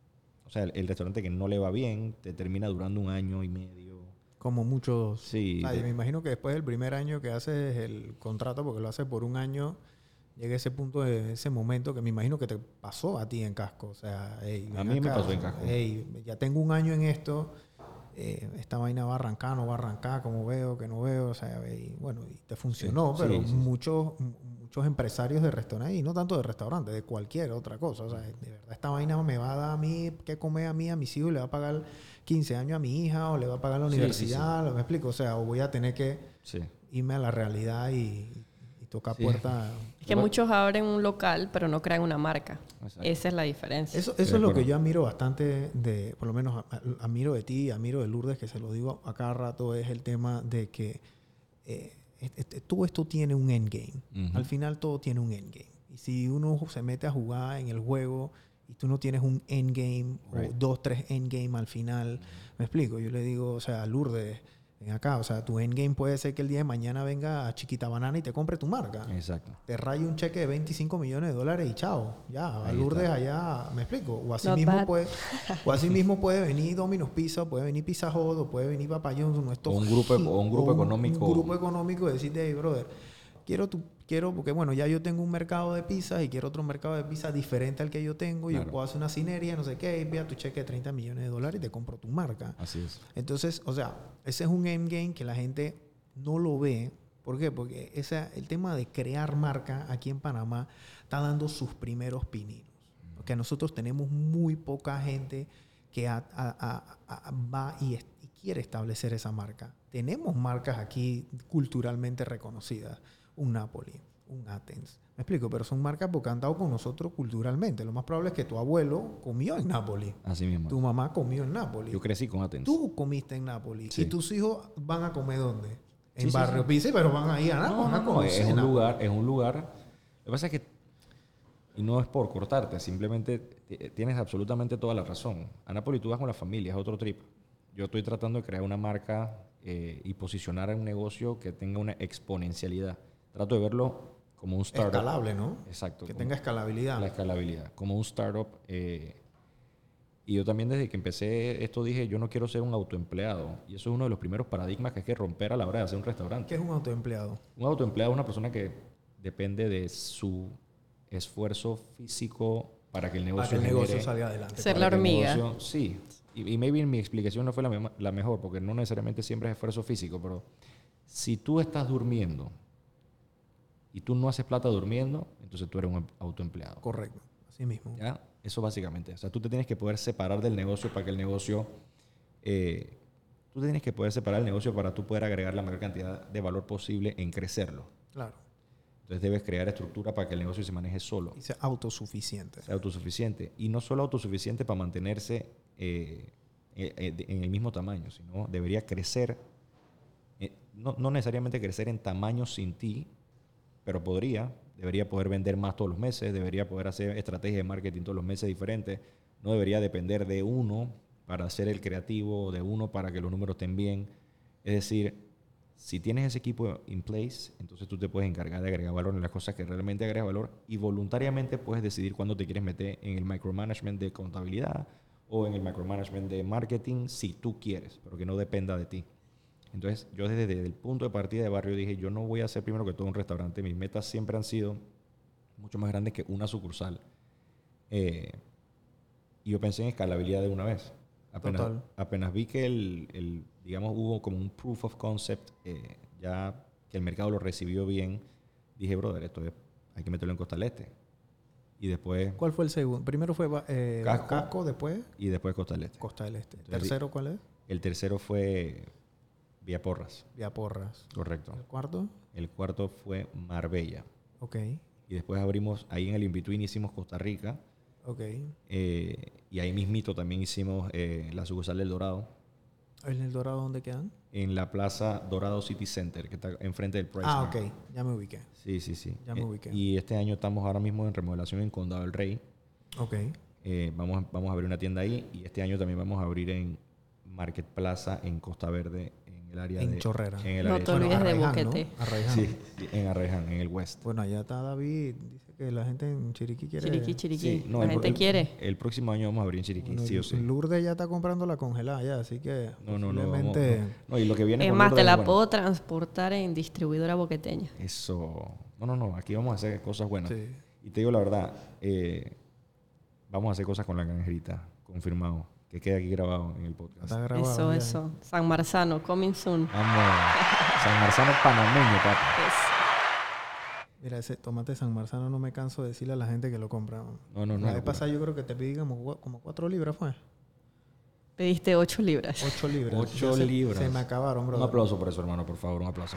o sea, el, el restaurante que no le va bien te termina durando un año y medio. Como muchos. Sí. O sea, de, me imagino que después del primer año que haces el contrato, porque lo haces por un año, llega ese punto, de ese momento que me imagino que te pasó a ti en Casco. O sea, hey, a mí acá, me pasó en Casco. Hey, ya tengo un año en esto. Eh, esta vaina va a arrancar, no va a arrancar, como veo, que no veo, o sea, y bueno, y te funcionó, sí, pero sí, sí. muchos muchos empresarios de restaurantes, y no tanto de restaurantes, de cualquier otra cosa, o sea, de verdad, esta vaina me va a dar a mí qué comer a mí, a mis hijos, le va a pagar quince años a mi hija, o le va a pagar la universidad, sí, sí, sí. ¿Me explico? O sea, o voy a tener que sí. irme a la realidad y, y tocar sí. puertas. Es que muchos abren un local, pero no crean una marca. Exacto. Esa es la diferencia. Eso, eso es lo que yo admiro bastante, de, por lo menos admiro de ti, admiro de Lourdes, que se lo digo a cada rato, es el tema de que eh, este, todo esto tiene un endgame. Uh-huh. Al final todo tiene un endgame. Y si uno se mete a jugar en el juego y tú no tienes un endgame right. o dos, tres endgame al final, uh-huh. me explico, yo le digo, o sea, Lourdes, ven acá, o sea, tu endgame puede ser que el día de mañana venga a Chiquita Banana y te compre tu marca. Exacto. Te raye un cheque de veinticinco millones de dólares y chao. Ya, a Lourdes allá, me explico. O así, mismo puede, o así mismo puede venir Domino's Pizza, puede venir Pizza Hut, o puede venir Papa John's, no o un grupo, o un grupo o un, económico. Un grupo económico de decirte, hey, brother, quiero tu, quiero, porque bueno, ya yo tengo un mercado de pizzas y quiero otro mercado de pizzas diferente al que yo tengo. Claro. Yo puedo hacer una sinergia, no sé qué, y vea tu cheque de treinta millones de dólares y te compro tu marca. Así es. Entonces, o sea, ese es un endgame que la gente no lo ve. ¿Por qué? Porque ese, el tema de crear marca aquí en Panamá está dando sus primeros pininos. Porque nosotros tenemos muy poca gente que a, a, a, a, va y, est- y quiere establecer esa marca. Tenemos marcas aquí culturalmente reconocidas. Un Napoli, un Athens. Me explico, pero son marcas porque han dado con nosotros culturalmente. Lo más probable es que tu abuelo comió en Napoli. Así mismo. Tu mamá comió en Napoli. Yo crecí con Athens. Tú comiste en Napoli. Sí. ¿Y tus hijos van a comer dónde? En sí, Barrio sí, sí. Pizzi, pero van ahí a Nápoles. No, no, no, es un lugar, es un lugar. Lo que pasa es que, y no es por cortarte, simplemente tienes absolutamente toda la razón. A Nápoles tú vas con la familia, es otro trip. Yo estoy tratando de crear una marca eh, y posicionar un negocio que tenga una exponencialidad. Trato de verlo como un startup. Escalable, ¿no? Exacto. Que tenga escalabilidad. La escalabilidad. Como un startup. Eh, y yo también desde que empecé esto dije, yo no quiero ser un autoempleado. Y eso es uno de los primeros paradigmas que hay que romper a la hora de hacer un restaurante. ¿Qué es un autoempleado? Un autoempleado es una persona que depende de su esfuerzo físico para que el negocio, para que el genere, negocio salga adelante. Ser la hormiga. Negocio, sí. Y, y maybe mi explicación no fue la, me- la mejor, porque no necesariamente siempre es esfuerzo físico, pero si tú estás durmiendo y tú no haces plata durmiendo, entonces tú eres un autoempleado. Correcto. Así mismo. ¿Ya? Eso básicamente. O sea, tú te tienes que poder separar del negocio para que el negocio... Eh, tú te tienes que poder separar el negocio para tú poder agregar la mayor cantidad de valor posible en crecerlo. Claro. Entonces debes crear estructura para que el negocio se maneje solo. Y sea autosuficiente. Sea autosuficiente. Y no solo autosuficiente para mantenerse eh, eh, en el mismo tamaño, sino debería crecer, eh, no, no necesariamente crecer en tamaño sin ti, pero podría, debería poder vender más todos los meses, debería poder hacer estrategias de marketing todos los meses diferentes, no debería depender de uno para ser el creativo, o de uno para que los números estén bien. Es decir, si tienes ese equipo in place, entonces tú te puedes encargar de agregar valor en las cosas que realmente agregan valor y voluntariamente puedes decidir cuándo te quieres meter en el micromanagement de contabilidad o en el micromanagement de marketing si tú quieres, pero que no dependa de ti. Entonces, yo desde, desde el punto de partida de Barrio dije, yo no voy a hacer primero que todo un restaurante. Mis metas siempre han sido mucho más grandes que una sucursal. Eh, y yo pensé en escalabilidad de una vez. Apenas, Total. apenas vi que el, el, digamos, hubo como un proof of concept, eh, ya que el mercado lo recibió bien, dije, brother, esto es, hay que meterlo en Costa del Este. Y después... ¿Cuál fue el segundo? Primero fue eh, Casco. Casco, después Y después Costa del Este. Costa del Este. Entonces, ¿Tercero cuál es? El tercero fue Vía Porras. Vía Porras. Correcto. ¿El cuarto? El cuarto fue Marbella. Ok, Y después abrimos, ahí en el in-between hicimos Costa Rica. ok. Eh, y ahí mismito también hicimos eh, la sucursal del Dorado. ¿En el Dorado dónde quedan? En la plaza Dorado City Center, que está enfrente del Price Ah, Mart. ok. Ya me ubiqué. Sí, sí, sí. Ya me Eh, ubiqué. y este año estamos ahora mismo en remodelación en Condado del Rey. Ok. Eh, vamos, a- vamos a abrir una tienda ahí. Y este año también vamos a abrir en Market Plaza, en Costa Verde, en el área En de... Chorrera. En el No área te olvides de Arraiján, Boquete. ¿no? Arraiján. Sí, sí, en Arreján, en el West. Bueno, allá está David. Dice que la gente en Chiriquí quiere... Chiriquí, chiriquí. Sí, no, la el- gente el- quiere. El próximo año vamos a abrir en Chiriquí, Bueno, sí o sí. Lourdes ya está comprando la congelada ya, así que No, no, no, vamos- posiblemente- no. No, y lo que viene Es con más, te Lourdes, la bueno, puedo transportar en distribuidora boqueteña. Eso. No, no, no. Aquí vamos a hacer cosas buenas. Sí. Y te digo la verdad, eh, vamos a hacer cosas con la granjerita, confirmado. Que quede aquí grabado en el podcast. Está grabado Eso, ya. eso. San Marzano, coming soon. Vamos. San Marzano panameño, papi. Es- Mira, ese tomate San Marzano no me canso de decirle a la gente que lo compra. No, no, no. La vez locura. pasada yo creo que te pedí como, cua- como cuatro libras, ¿fue? Pediste ocho libras. Ocho libras. Ocho Ya se- libras. Se me acabaron, bro. Un aplauso por eso, hermano, por favor, un aplauso.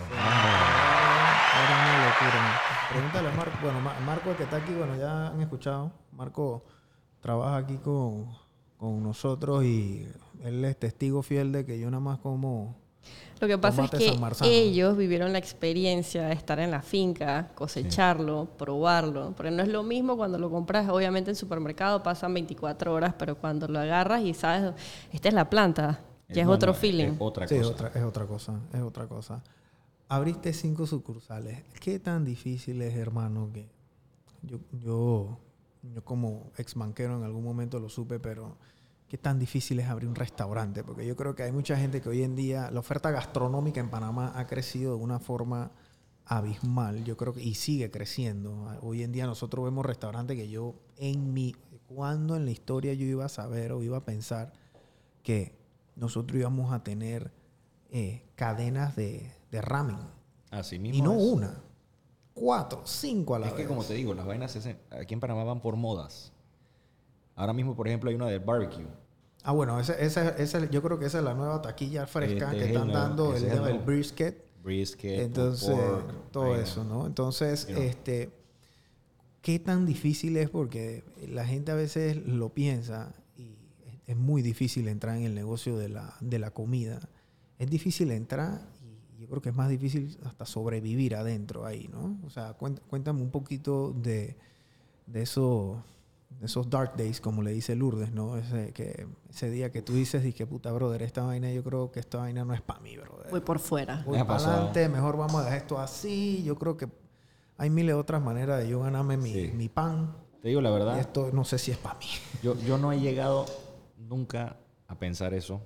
Era una locura. man. Pregúntale a Marco. Bueno, Ma- Marco, el que está aquí, bueno, ya han escuchado. Marco trabaja aquí con, con nosotros y él es testigo fiel de que yo nada más como... Lo que pasa es Tomate que San Marzano. ellos vivieron la experiencia de estar en la finca, cosecharlo, probarlo. Porque no es lo mismo cuando lo compras, obviamente en supermercado pasan veinticuatro horas, pero cuando lo agarras y sabes, esta es la planta, ya es No, otro no, feeling. Es otra Sí, cosa. otra, es otra cosa, es otra cosa. Abriste cinco sucursales. ¿Qué tan difícil es, hermano, que yo, yo, yo como ex banquero en algún momento lo supe, pero qué tan difícil es abrir un restaurante? Porque yo creo que hay mucha gente que hoy en día la oferta gastronómica en Panamá ha crecido de una forma abismal, yo creo que, y sigue creciendo. Hoy en día nosotros vemos restaurantes que yo en mi, cuando en la historia yo iba a saber o iba a pensar que nosotros íbamos a tener eh, cadenas de, de ramen. Así mismo Y no es. una, cuatro, cinco a la Es vez. que como te digo, las vainas se hacen- aquí en Panamá van por modas. Ahora mismo, por ejemplo, hay una de barbecue. Ah, bueno, ese, ese, ese, yo creo que esa es la nueva taquilla fresca Este que es el están nuevo, dando, el, ese es el el nuevo. brisket. Brisket, Entonces, pork, todo vaina. eso, ¿no? Entonces, You know. este, ¿qué tan difícil es? Porque la gente a veces lo piensa y es- es muy difícil entrar en el negocio de la, de la comida. Es difícil entrar y yo creo que es más difícil hasta sobrevivir adentro ahí, ¿no? O sea, cuént- cuéntame un poquito de, de eso, de esos dark days, como le dice Lourdes, ¿no? Ese, que, ese día que tú dices, y que puta, brother, esta vaina, yo creo que esta vaina no es para mí, brother. Voy por fuera. Voy Me ha para pasado. adelante, mejor vamos a dejar esto así. Yo creo que hay miles de otras maneras de yo ganarme mi, Sí. mi pan. Te digo la Y verdad, esto no sé si es para mí. yo, yo no he llegado nunca a pensar eso,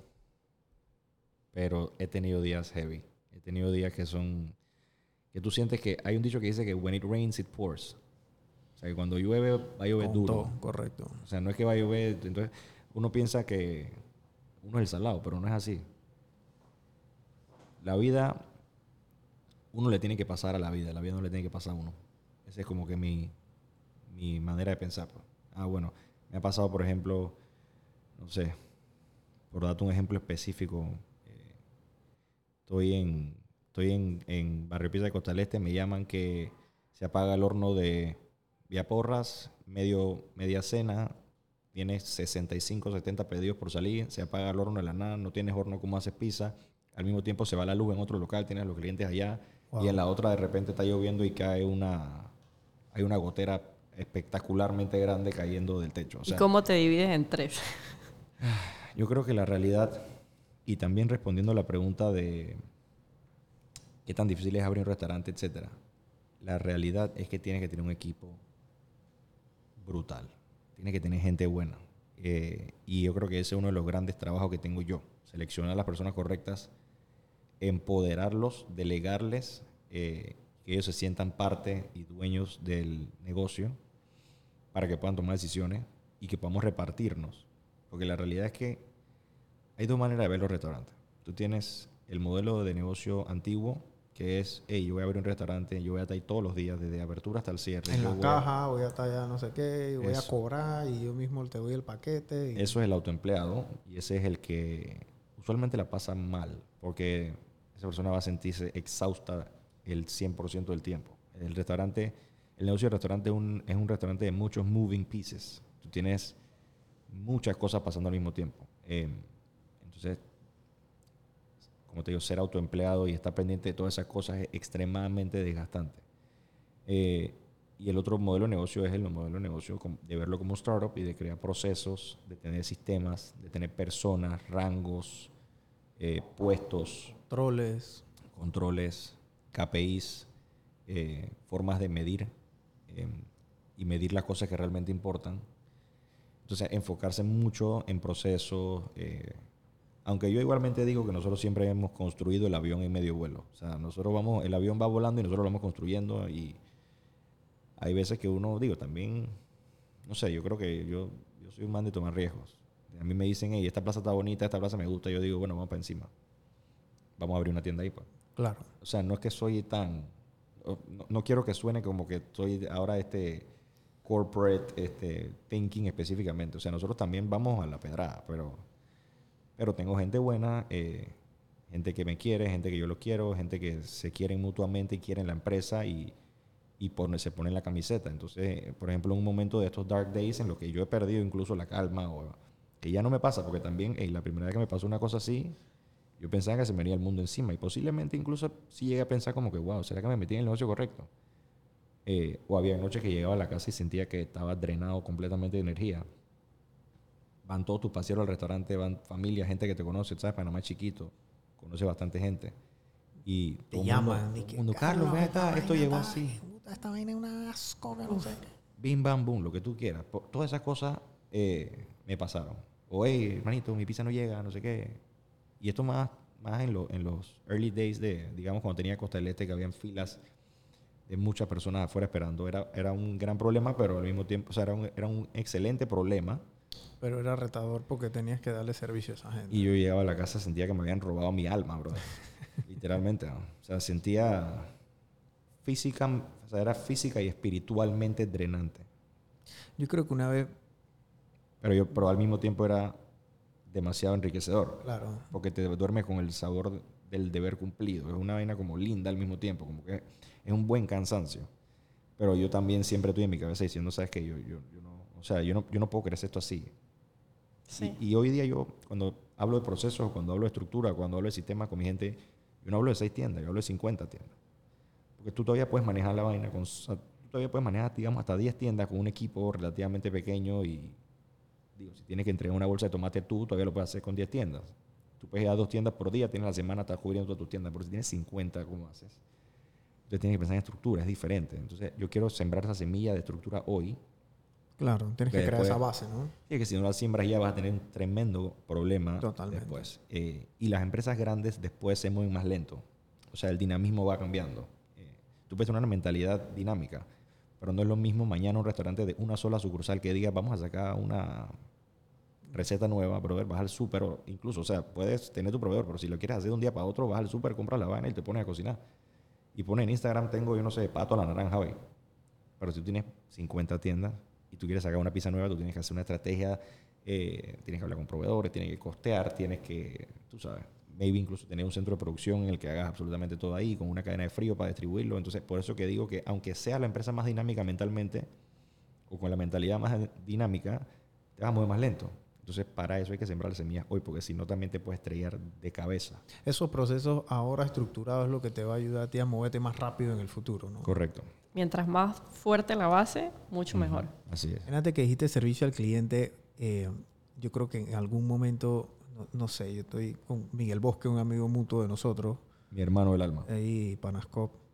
pero he tenido días heavy. He tenido días que son... que tú sientes que... Hay un dicho que dice que when it rains, it pours. O sea, que cuando llueve, va a llover Con duro. todo, correcto. O sea, no es que va a llover... Entonces, uno piensa que uno es el salado, pero no es así. La vida... Uno le tiene que pasar a la vida. La vida no le tiene que pasar a uno. Esa es como que mi, mi manera de pensar. Pues. Ah, bueno. Me ha pasado, por ejemplo... No sé. Por darte un ejemplo específico. eh, estoy en... Estoy en, en Barrio Pieza de Costa del Este. Me llaman que se apaga el horno de Vía Porras. Medio, media cena. Tienes sesenta y cinco, setenta pedidos por salir. Se apaga el horno de la nada. No tienes horno, como haces pizza. Al mismo tiempo se va la luz en otro local. Tienes a los clientes allá. Wow. Y en la otra de repente está lloviendo y cae una... Hay una gotera espectacularmente grande cayendo del techo. O sea, ¿Y cómo te divides en tres? yo creo que la realidad, y también respondiendo a la pregunta de qué tan difícil es abrir un restaurante, etcétera, la realidad es que tienes que tener un equipo brutal. Tienes que tener gente buena. Eh, y yo creo que ese es uno de los grandes trabajos que tengo yo. Seleccionar a las personas correctas, empoderarlos, delegarles, eh, que ellos se sientan parte y dueños del negocio para que puedan tomar decisiones y que podamos repartirnos. Porque la realidad es que hay dos maneras de ver los restaurantes. Tú tienes el modelo de negocio antiguo, que es, hey, yo voy a abrir un restaurante, yo voy a estar ahí todos los días, desde apertura hasta el cierre. En yo la voy caja, voy a estar allá no sé qué, voy Eso. a cobrar y yo mismo te doy el paquete. Y... Eso es el autoempleado y ese es el que usualmente la pasa mal porque esa persona va a sentirse exhausta el cien por ciento del tiempo. El restaurante, el negocio del restaurante es un, es un restaurante de muchos moving pieces. Tú tienes muchas cosas pasando al mismo tiempo. Eh, entonces, como te digo, ser autoempleado y estar pendiente de todas esas cosas es extremadamente desgastante. Eh, y el otro modelo de negocio es el modelo de negocio de verlo como startup y de crear procesos, de tener sistemas, de tener personas, rangos, eh, puestos, Controles. controles, K P Is, eh, formas de medir eh, y medir las cosas que realmente importan. Entonces, enfocarse mucho en procesos. Eh, aunque yo igualmente digo que nosotros siempre hemos construido el avión en medio vuelo. O sea, nosotros vamos, el avión va volando y nosotros lo vamos construyendo y hay veces que uno, digo, también, no sé, yo creo que yo, yo soy un man de tomar riesgos. A mí me dicen, hey, esta plaza está bonita, esta plaza me gusta. Yo digo, bueno, vamos para encima. Vamos a abrir una tienda ahí, pues. Claro. O sea, no es que soy tan... No, no quiero que suene como que soy ahora este corporate este, thinking específicamente. O sea, nosotros también vamos a la pedrada, pero, pero tengo gente buena, eh, gente que me quiere, gente que yo lo quiero, gente que se quieren mutuamente y quieren la empresa y... y pone, se pone en la camiseta. Entonces, por ejemplo, en un momento de estos dark days en los que yo he perdido incluso la calma, o que ya no me pasa, porque también hey, la primera vez que me pasó una cosa así, yo pensaba que se me venía el mundo encima y posiblemente incluso sí llegué a pensar como que, wow, ¿será que me metí en el negocio correcto? Eh, o había noches que llegaba a la casa y sentía que estaba drenado completamente de energía. Van todos tus paseros al restaurante, van familia, gente que te conoce, ¿sabes? Panamá es chiquito, conoce bastante gente. Y Te todo llaman. mundo, Y todo que, mundo, Carlos, ven acá, esto llegó está, así. Puta, esta vaina es una asco que no sé. Bim, bam, boom, lo que tú quieras. Po- Todas esas cosas eh, me pasaron. O, hey, hermanito, mi pizza no llega, no sé qué. Y esto más, más en, lo- en los early days de, digamos, cuando tenía Costa del Este, que habían filas de muchas personas afuera esperando. Era, era un gran problema, pero al mismo tiempo, o sea, era un, era un excelente problema. Pero era retador porque tenías que darle servicio a esa gente. Y yo llegaba a la casa, sentía que me habían robado mi alma, bro. Literalmente, ¿no? O sea, sentía física, o sea, era física y espiritualmente drenante. Yo creo que una vez, Pero, yo, pero al mismo tiempo era demasiado enriquecedor. claro, Porque te duermes con el sabor del deber cumplido. Es una vaina como linda al mismo tiempo. Como que es un buen cansancio. Pero yo también siempre estoy en mi cabeza diciendo, ¿sabes qué? Yo, yo, yo no, o sea, yo no, yo no puedo crecer esto así. Sí. Y, y hoy día yo, cuando hablo de procesos, cuando hablo de estructura, cuando hablo de sistemas con mi gente, yo no hablo de seis tiendas, yo hablo de cincuenta tiendas. Porque tú todavía puedes manejar la vaina, con, o sea, tú todavía puedes manejar, digamos, hasta diez tiendas con un equipo relativamente pequeño y, digo, si tienes que entregar una bolsa de tomate tú, todavía lo puedes hacer con diez tiendas. Tú puedes ir a dos tiendas por día, tienes la semana, estás cubriendo todas tus tiendas, pero si tienes cincuenta, ¿cómo haces? Entonces tienes que pensar en estructura, es diferente. Entonces yo quiero sembrar esa semilla de estructura hoy. claro, tienes que Que crear después- esa base, ¿no? Y es que si no la siembras ya vas a tener un tremendo problema Totalmente. después. Eh, y las empresas grandes después se mueven más lento. O sea, el dinamismo va cambiando. Eh, tú puedes tener una mentalidad dinámica, pero no es lo mismo mañana un restaurante de una sola sucursal que diga vamos a sacar una receta nueva, brother, vas al súper, o incluso, o sea, puedes tener tu proveedor, pero si lo quieres hacer de un día para otro, vas al súper, compras la vaina y te pones a cocinar. Y pones en Instagram, tengo, yo no sé, pato a la naranja hoy. Pero si tú tienes cincuenta tiendas y tú quieres sacar una pizza nueva, tú tienes que hacer una estrategia, eh, tienes que hablar con proveedores, tienes que costear, tienes que, tú sabes, maybe incluso tener un centro de producción en el que hagas absolutamente todo ahí, con una cadena de frío para distribuirlo. Entonces, por eso que digo que aunque sea la empresa más dinámica mentalmente, o con la mentalidad más dinámica, te vas a mover más lento. Entonces, para eso hay que sembrar semillas hoy, porque si no, también te puedes estrellar de cabeza. Esos procesos ahora estructurados es lo que te va a ayudar a ti a moverte más rápido en el futuro, ¿no? Correcto. Mientras más fuerte la base, mucho mejor. Así es. Fíjate que dijiste servicio al cliente. eh, yo creo que en algún momento, no, no sé, yo estoy con Miguel Bosque, un amigo mutuo de nosotros, Mi hermano del alma. ahí Panascop.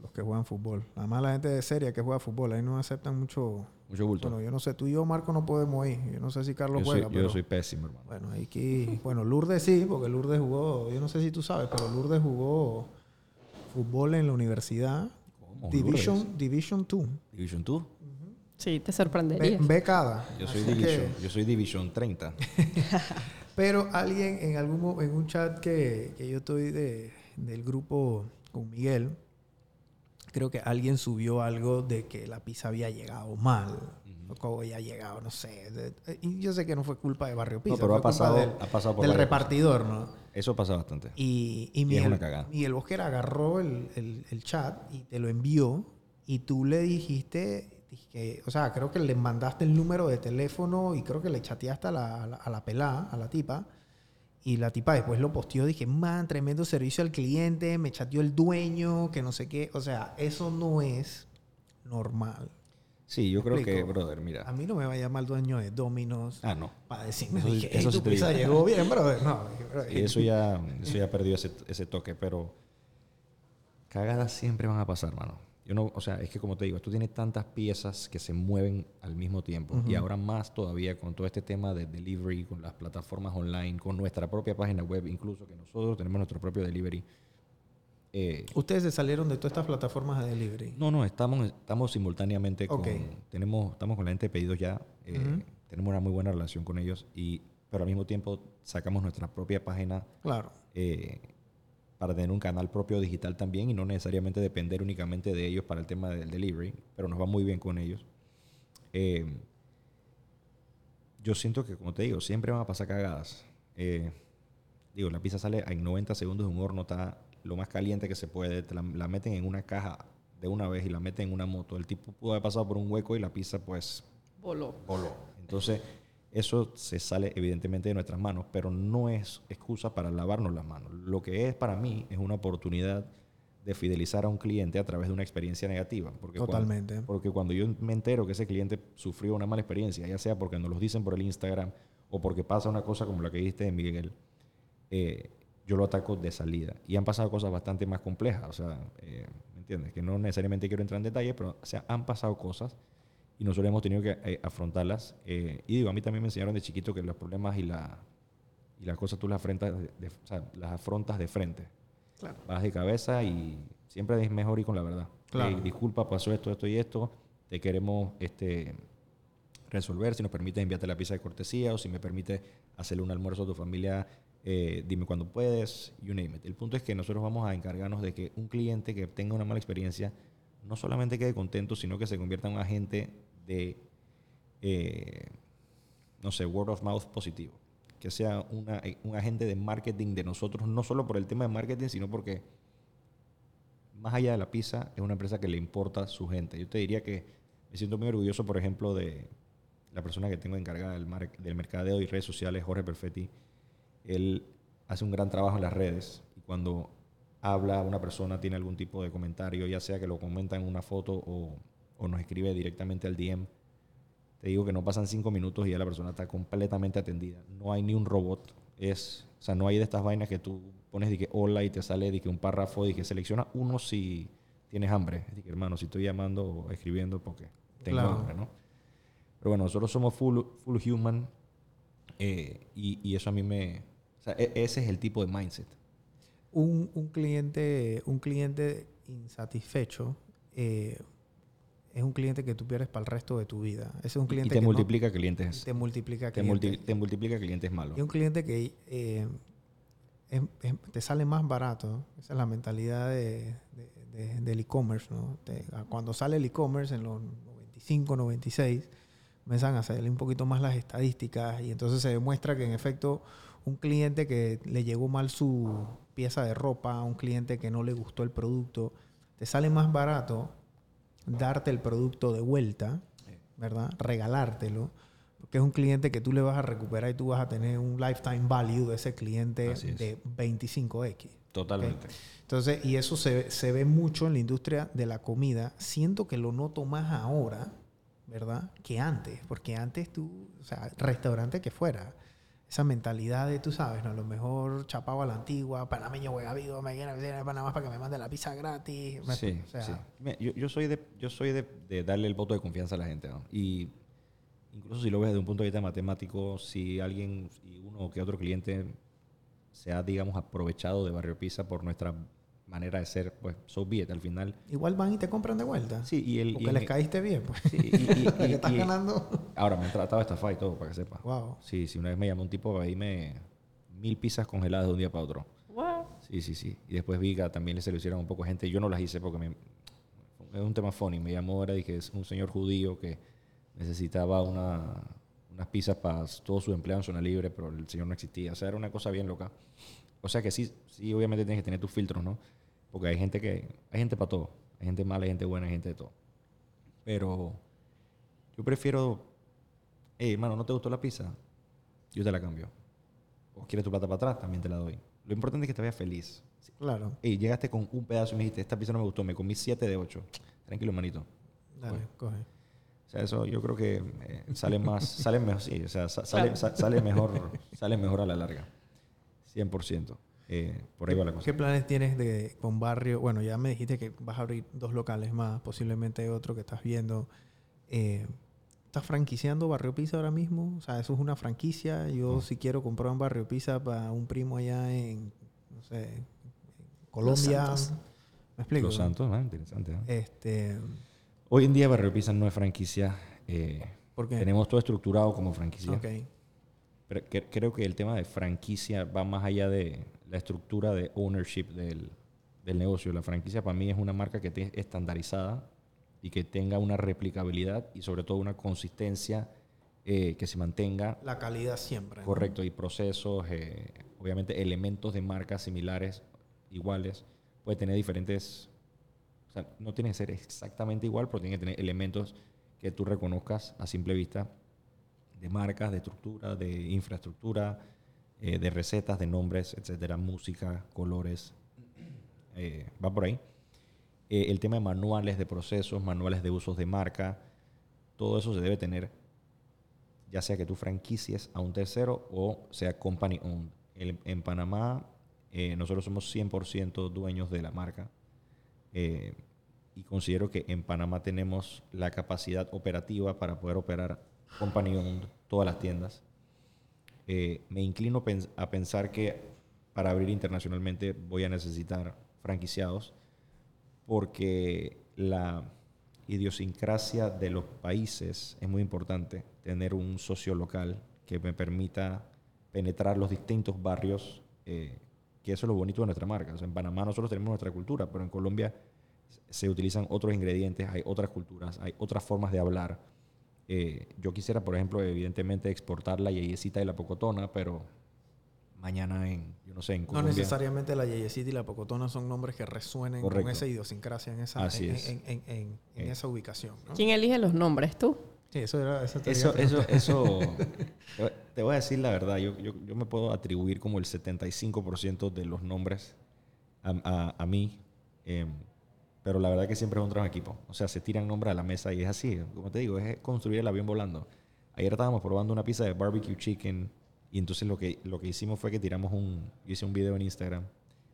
los que juegan fútbol. Además, la gente de seria que juega fútbol, ahí no aceptan mucho... Mucho bulto. Bueno, yo no sé, tú y yo, Marco, no podemos ir. Yo no sé si Carlos yo juega, soy, pero... Yo soy pésimo, hermano. Bueno, hay que ir... Bueno, Lourdes sí, porque Lourdes jugó... Yo no sé si tú sabes, pero Lourdes jugó fútbol en la universidad. ¿Cómo? Division, Lourdes? Division dos. ¿Division dos? Sí, te sorprendería. Be- becada. Yo soy, Así Division, que- yo soy Division treinta. Pero alguien en algún mo- en un chat que, que yo estoy de, del grupo con Miguel, creo que alguien subió algo de que la pizza había llegado mal. O como había llegado, no sé. De- y yo sé que no fue culpa de Barrio Pizza. No, pero fue ha pasado, culpa del, ha pasado por del varias repartidor, ¿no? cosas. Eso pasa bastante. Y, y Y es Miguel, una cagada. Miguel Bosquera agarró el, el, el chat y te lo envió. Y tú le dijiste, que, o sea, creo que le mandaste el número de teléfono y creo que le chateaste a la, a la, a la pelá, a la tipa. Y la tipa después lo posteó. Dije, man, tremendo servicio al cliente. Me chateó el dueño, que no sé qué. O sea, eso no es normal. Sí, yo ¿Me creo explico? que, brother, mira. A mí no me va a llamar el dueño de Domino's Ah, no. para decirme, Eso sí- dije, eso "Ey, sí tu te pizza digo. llegó bien, brother. No, dije, brother. Y eso ya, eso ya perdió ese, ese toque, pero cagadas siempre van a pasar, mano. Yo no, o sea, es que como te digo, esto tiene tantas piezas que se mueven al mismo tiempo. Ujú. Y ahora más todavía con todo este tema de delivery, con las plataformas online, con nuestra propia página web, incluso que nosotros tenemos nuestro propio delivery. Eh, Ustedes se salieron de todas estas plataformas de delivery. no, no, estamos, estamos simultáneamente con... Ok. Tenemos, estamos con la gente de pedidos ya. eh, Ujú. Tenemos una muy buena relación con ellos. Y, pero al mismo tiempo sacamos nuestra propia página Claro. eh, para tener un canal propio digital también y no necesariamente depender únicamente de ellos para el tema del delivery, pero nos va muy bien con ellos. Eh, yo siento que, como te digo, siempre van a pasar cagadas. Eh, digo, la pizza sale en noventa segundos de un horno, está lo más caliente que se puede, te la, la meten en una caja de una vez y la meten en una moto. El tipo pudo haber pasado por un hueco y la pizza pues Voló. voló. Entonces, eso se sale evidentemente de nuestras manos, pero no es excusa para lavarnos las manos. Lo que es para mí es una oportunidad de fidelizar a un cliente a través de una experiencia negativa. Porque Totalmente. Cuando, porque cuando yo me entero que ese cliente sufrió una mala experiencia, ya sea porque nos lo dicen por el Instagram o porque pasa una cosa como la que dijiste de Miguel, eh, yo lo ataco de salida. Y han pasado cosas bastante más complejas. O sea, eh, ¿me entiendes? Que no necesariamente quiero entrar en detalle, pero o sea, han pasado cosas y nosotros hemos tenido que eh, afrontarlas. Eh, y digo, a mí también me enseñaron de chiquito que los problemas y, la, y las cosas tú las afrontas de, de, o sea, las afrontas de frente. Claro. Vas de cabeza y siempre es mejor ir con la verdad. Claro. Eh, disculpa, pasó esto, esto y esto. Te queremos este, resolver. Si nos permites enviarte la pizza de cortesía o si me permites hacerle un almuerzo a tu familia, eh, dime cuándo puedes, you name it. El punto es que nosotros vamos a encargarnos de que un cliente que tenga una mala experiencia no solamente quede contento, sino que se convierta en un agente de, eh, no sé, word of mouth positivo. Que sea una, un agente de marketing de nosotros, no solo por el tema de marketing, sino porque más allá de la pizza, es una empresa que le importa a su gente. Yo te diría que me siento muy orgulloso, por ejemplo, de la persona que tengo encargada del, mar, del mercadeo y redes sociales, Jorge Perfetti. Él hace un gran trabajo en las redes y cuando habla una persona, tiene algún tipo de comentario, ya sea que lo comenta en una foto o, o nos escribe directamente al D M, te digo que no pasan cinco minutos y ya la persona está completamente atendida. No hay ni un robot. Es, o sea, no hay de estas vainas que tú pones de que hola y te sale de que un párrafo y que selecciona uno si tienes hambre. Es decir, hermano, si estoy llamando o escribiendo porque tengo Claro. hambre, ¿no? Pero bueno, nosotros somos full, full human eh, y, y eso a mí me... O sea, e- ese es el tipo de mindset. Un, un cliente, un cliente insatisfecho eh, es un cliente que tú pierdes para el resto de tu vida. Ese es un Y cliente te que multiplica no, clientes. te multiplica Te, clientes. multi- te multiplica clientes malos. Y un cliente que eh, es- es- te sale más barato. Esa es la mentalidad de, de- de- del e-commerce, ¿no? Te- cuando sale el e-commerce en los noventa y cinco, noventa y seis, comienzan a hacerle un poquito más las estadísticas y entonces se demuestra que en efecto un cliente que le llegó mal su pieza de ropa, un cliente que no le gustó el producto, te sale más barato darte el producto de vuelta, ¿verdad? Regalártelo, porque es un cliente que tú le vas a recuperar y tú vas a tener un lifetime value de ese cliente Así es. de veinticinco equis. Totalmente. ¿Ok? Entonces, y eso se, se ve mucho en la industria de la comida. Siento que lo noto más ahora, ¿verdad? Que antes, porque antes tú, o sea, restaurante que fuera, esa mentalidad de, tú sabes, ¿no? A lo mejor chapado a la antigua, panameño hueá vivo, me viene a visitar de Panamá para que me mande la pizza gratis. Me- Sí, o sea, sí. Mira, Yo, yo soy, de, yo soy de, de darle el voto de confianza a la gente, ¿no? Y incluso si lo ves desde un punto de vista matemático, si alguien, si uno que otro cliente se ha, digamos, aprovechado de Barrio Pizza por nuestra manera de ser, pues, so be it, al final. igual van y te compran de vuelta. Sí, y el... Porque y en- les caíste bien, pues. sí, y, y- Lo que y- estás y- ganando. ahora, me han tratado de estafar y todo, para que sepa. Wow. Sí, sí, una vez me llamó un tipo para irme mil pizzas congeladas de un día para otro. Wow. Sí, sí, sí. Y después vi que también se lo hicieron un poco gente. Yo no las hice porque me, es un tema funny. Me llamó ahora y que es un señor judío que necesitaba una, unas pizzas para todos sus empleados en zona libre, pero el señor no existía. O sea, era una cosa bien loca. O sea que sí, sí, obviamente tienes que tener tus filtros, ¿no? Porque hay gente que, hay gente para todo. Hay gente mala, hay gente buena, hay gente de todo. Pero yo prefiero, hey, hermano, ¿no te gustó la pizza? Yo te la cambio. O quieres tu plata para atrás, también te la doy. Lo importante es que te vayas feliz. Claro. Hey, llegaste con un pedazo y me dijiste, esta pizza no me gustó, me comí siete de ocho. Tranquilo, manito. Dale, Pues, coge. o sea, eso yo creo que eh, sale más, sale mejor, sí, o sea, sa- sale, Claro. sa- sale mejor, sale mejor a la larga. cien por ciento. Eh, por ahí va la cosa. ¿Qué planes tienes de, con Barrio? Bueno, ya me dijiste que vas a abrir dos locales más, posiblemente otro que estás viendo. Eh, ¿Estás franquiciando Barrio Pizza ahora mismo? O sea, eso es una franquicia. Yo No. si quiero comprar un Barrio Pizza para un primo allá en, no sé, en Colombia. Santos. ¿Me explico? Los Santos, ah, interesante. ¿eh? Este, Hoy en día Barrio Pizza no es franquicia. eh, ¿Por qué? tenemos todo estructurado como franquicia. Ok. Pero que- creo que el tema de franquicia va más allá de la estructura de ownership del, del negocio. La franquicia para mí es una marca que esté estandarizada y que tenga una replicabilidad y sobre todo una consistencia eh, que se mantenga La calidad siempre. ¿no? correcto y procesos, eh, obviamente elementos de marcas similares, iguales. Puede tener diferentes, o sea, no tiene que ser exactamente igual, pero tiene que tener elementos que tú reconozcas a simple vista de marcas, de estructura, de infraestructura, eh, de recetas, de nombres, etcétera, música, colores, eh, va por ahí. Eh, el tema de manuales de procesos, manuales de usos de marca, todo eso se debe tener, ya sea que tú franquicies a un tercero o sea company owned. El- en Panamá, eh, nosotros somos cien por ciento dueños de la marca. Eh, y considero que en Panamá tenemos la capacidad operativa para poder operar company owned todas las tiendas. Eh, me inclino pens- a pensar que para abrir internacionalmente voy a necesitar franquiciados porque la idiosincrasia de los países es muy importante. Tener un socio local que me permita penetrar los distintos barrios, eh, que eso es lo bonito de nuestra marca. O sea, en Panamá nosotros tenemos nuestra cultura, pero en Colombia se utilizan otros ingredientes, hay otras culturas, hay otras formas de hablar. Eh, yo quisiera, por ejemplo, evidentemente exportar la yeyecita y la pocotona, pero mañana en, yo no sé, en No Colombia. necesariamente la Yeyecita y la Pocotona son nombres que resuenen Correcto. con esa idiosincrasia en esa, Así en, es. en- en- en- en Eh. esa ubicación. ¿no? ¿Quién elige los nombres? ¿Tú? Sí, eso era... Eso, te Eso, iba a eso, preguntar. eso, te voy- te voy a decir la verdad, yo, yo, yo me puedo atribuir como el setenta y cinco por ciento de los nombres a, a, a mí, eh, pero la verdad que siempre es un trabajo en equipo. O sea, se tiran nombres a la mesa y es así, como te digo, es construir el avión volando. Ayer estábamos probando una pizza de barbecue chicken y entonces lo que, lo que hicimos fue que tiramos un, yo hice un video en Instagram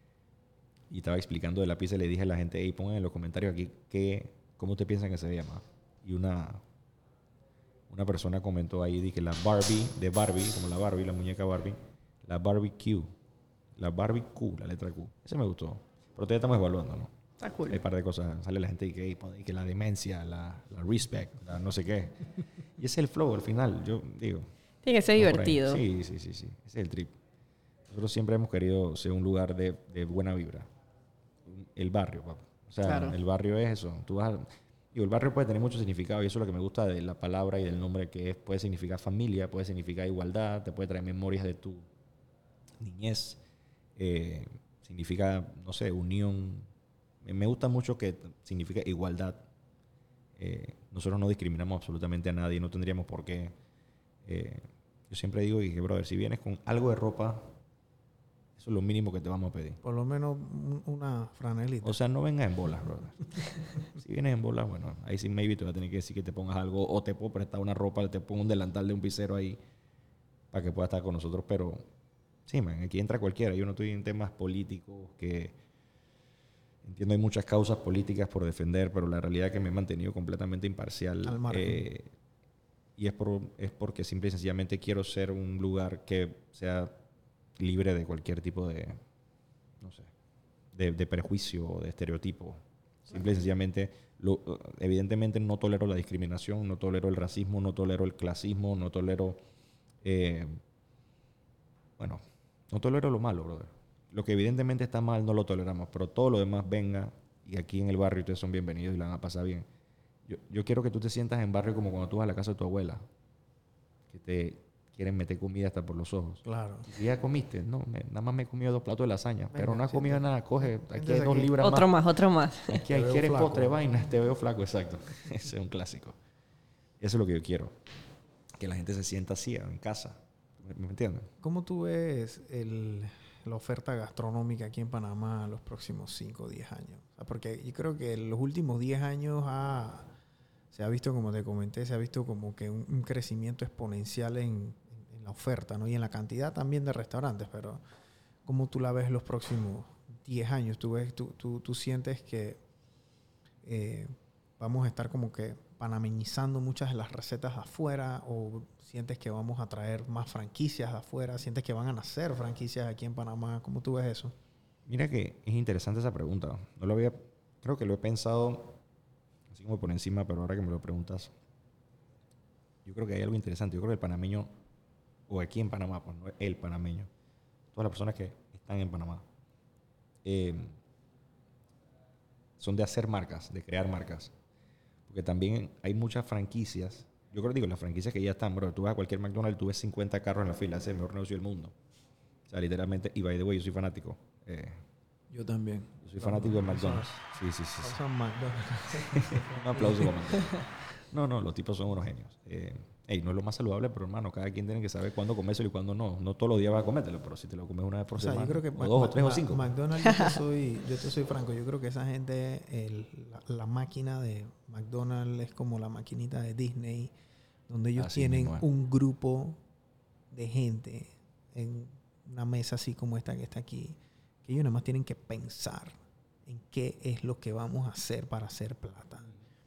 y estaba explicando de la pizza y le dije a la gente, hey, pongan en los comentarios aquí qué, cómo ustedes piensan que se llama. Y una, una persona comentó ahí, dije, la Barbie, de Barbie, como la Barbie, la muñeca Barbie, la Barbecue, la Barbie Q, la letra Q. Ese me gustó. Pero todavía estamos evaluando, ¿no? Está cool. Hay un par de cosas. Sale la gente y que, "Ey, pon- y que la demencia, la, la respect, la no sé qué. Y ese es el flow al final, yo digo. Tiene que ser va por ahí. divertido. Sí, sí, sí, sí. Ese es el trip. Nosotros siempre hemos querido ser un lugar de, de buena vibra. El barrio, papá. O sea, Claro. el barrio es eso. Tú vas a- digo, el barrio puede tener mucho significado y eso es lo que me gusta de la palabra y del nombre, que es, puede significar familia, puede significar igualdad, te puede traer memorias de tu niñez. Eh, significa, no sé, unión. Me- Me gusta mucho que t- significa igualdad. Eh, nosotros no discriminamos absolutamente a nadie, no tendríamos por qué. Eh, yo siempre digo, y que, brother, si vienes con algo de ropa, eso es lo mínimo que te vamos a pedir. Por lo menos un- una franelita. O sea, no vengas en bolas, brother. Si vienes en bolas, bueno, ahí sí maybe te voy a tener que decir que te pongas algo o te puedo prestar una ropa, te pongo un delantal de un pisero ahí. para que pueda estar con nosotros, pero sí, man, aquí entra cualquiera. Yo no estoy en temas políticos que entiendo hay muchas causas políticas por defender, pero la realidad es que me he mantenido completamente imparcial. Al margen. Eh, y es, por, es porque simple y sencillamente quiero ser un lugar que sea libre de cualquier tipo de, no sé, de, de prejuicio o de estereotipo. Simple y sencillamente, lo, evidentemente no tolero la discriminación, no tolero el racismo, no tolero el clasismo, no tolero, eh, bueno, no tolero lo malo, brother. Lo que evidentemente está mal no lo toleramos, pero todo lo demás venga y aquí en el barrio ustedes son bienvenidos y la van a pasar bien. Yo, yo quiero que tú te sientas en barrio como cuando tú vas a la casa de tu abuela, que te quieren meter comida hasta por los ojos. Claro. ¿Y ya comiste? No, me, nada más me he comido dos platos de lasaña, Venga, pero no has comido siéntate. nada. Coge, aquí hay Siéntese dos aquí. libras Otro más. más, otro más. Aquí Te hay, veo ¿quieres flaco. postre, vaina? Te veo flaco, exacto. Ese es un clásico. Eso es lo que yo quiero. Que la gente se sienta así en casa. ¿Me, me entiendes? ¿Cómo tú ves el, la oferta gastronómica aquí en Panamá los próximos cinco o diez años? O sea, porque yo creo que en los últimos diez años ha, se ha visto, como te comenté, se ha visto como que un, un crecimiento exponencial en, en la oferta, ¿no? Y en la cantidad también de restaurantes, pero ¿cómo tú la ves en los próximos diez años? ¿Tú, ves, tú, tú, tú sientes que eh, vamos a estar como que panameñizando muchas de las recetas afuera, o sientes que vamos a traer más franquicias afuera, sientes que van a nacer franquicias aquí en Panamá? ¿Cómo tú ves eso? Mira que es interesante esa pregunta. No lo había, creo que lo he pensado así como por encima, pero ahora que me lo preguntas, yo creo que hay algo interesante. Yo creo que el panameño, o aquí en Panamá, pues no el panameño, todas las personas que están en Panamá, eh, son de hacer marcas, de crear marcas. Porque también hay muchas franquicias. Yo creo que digo, las franquicias que ya están, bro. Tú vas a cualquier McDonald's, tú ves cincuenta carros en la fila. Ese es el mejor negocio del mundo. O sea, literalmente. Y by the way, yo soy fanático. Eh, Yo también. yo soy fanático de McDonald's. Sí, sí, sí. sí. Son McDonald's. Un aplauso para McDonald's. No, no, los tipos son unos genios. Eh, ey, no es lo más saludable, pero hermano, cada quien tiene que saber cuándo comérselo y cuándo no. No todos los días vas a comértelo, pero si te lo comes una vez por O sea, semana, yo creo que o Ma- dos, Ma- o tres, Ma- o cinco. McDonald's, yo te soy, yo te soy franco, yo creo que esa gente, el- la, la máquina de McDonald's es como la maquinita de Disney, donde ellos Así tienen mismo es. un grupo de gente en una mesa así como esta que está aquí, que ellos nada más tienen que pensar en qué es lo que vamos a hacer para hacer plata.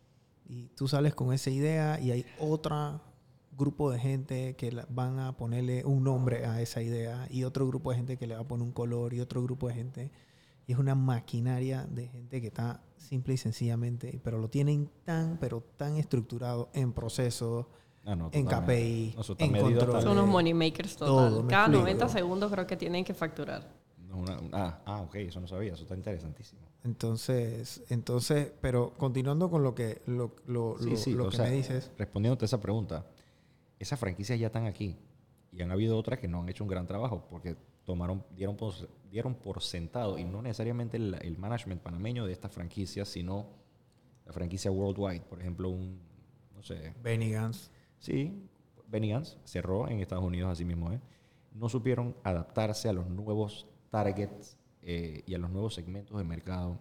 Y tú sales con esa idea y hay otro grupo de gente que la- van a ponerle un nombre a esa idea, y otro grupo de gente que le va a poner un color, y otro grupo de gente. Y es una maquinaria de gente que está simple y sencillamente, pero lo tienen tan, pero tan estructurado en procesos, Ah, no, en totalmente. K P I, No, eso está en medido hasta- control. Son unos money makers total. Todo, me Cada explico. noventa segundos creo que tienen que facturar. No, una- ah, ah, ok, eso no sabía. Eso está interesantísimo. Entonces, entonces, pero continuando con lo que, lo, lo, Sí, lo- sí, lo o que sea, me dices. respondiéndote a esa pregunta, esas franquicias ya están aquí y han habido otras que no han hecho un gran trabajo porque tomaron, dieron por, dieron por sentado, y no necesariamente el, el management panameño de estas franquicias, sino la franquicia worldwide. Por ejemplo, un, no sé, Benny Gantz. sí, Benny Gantz cerró en Estados Unidos, así mismo, ¿eh? No supieron adaptarse a los nuevos targets eh, y a los nuevos segmentos de mercado.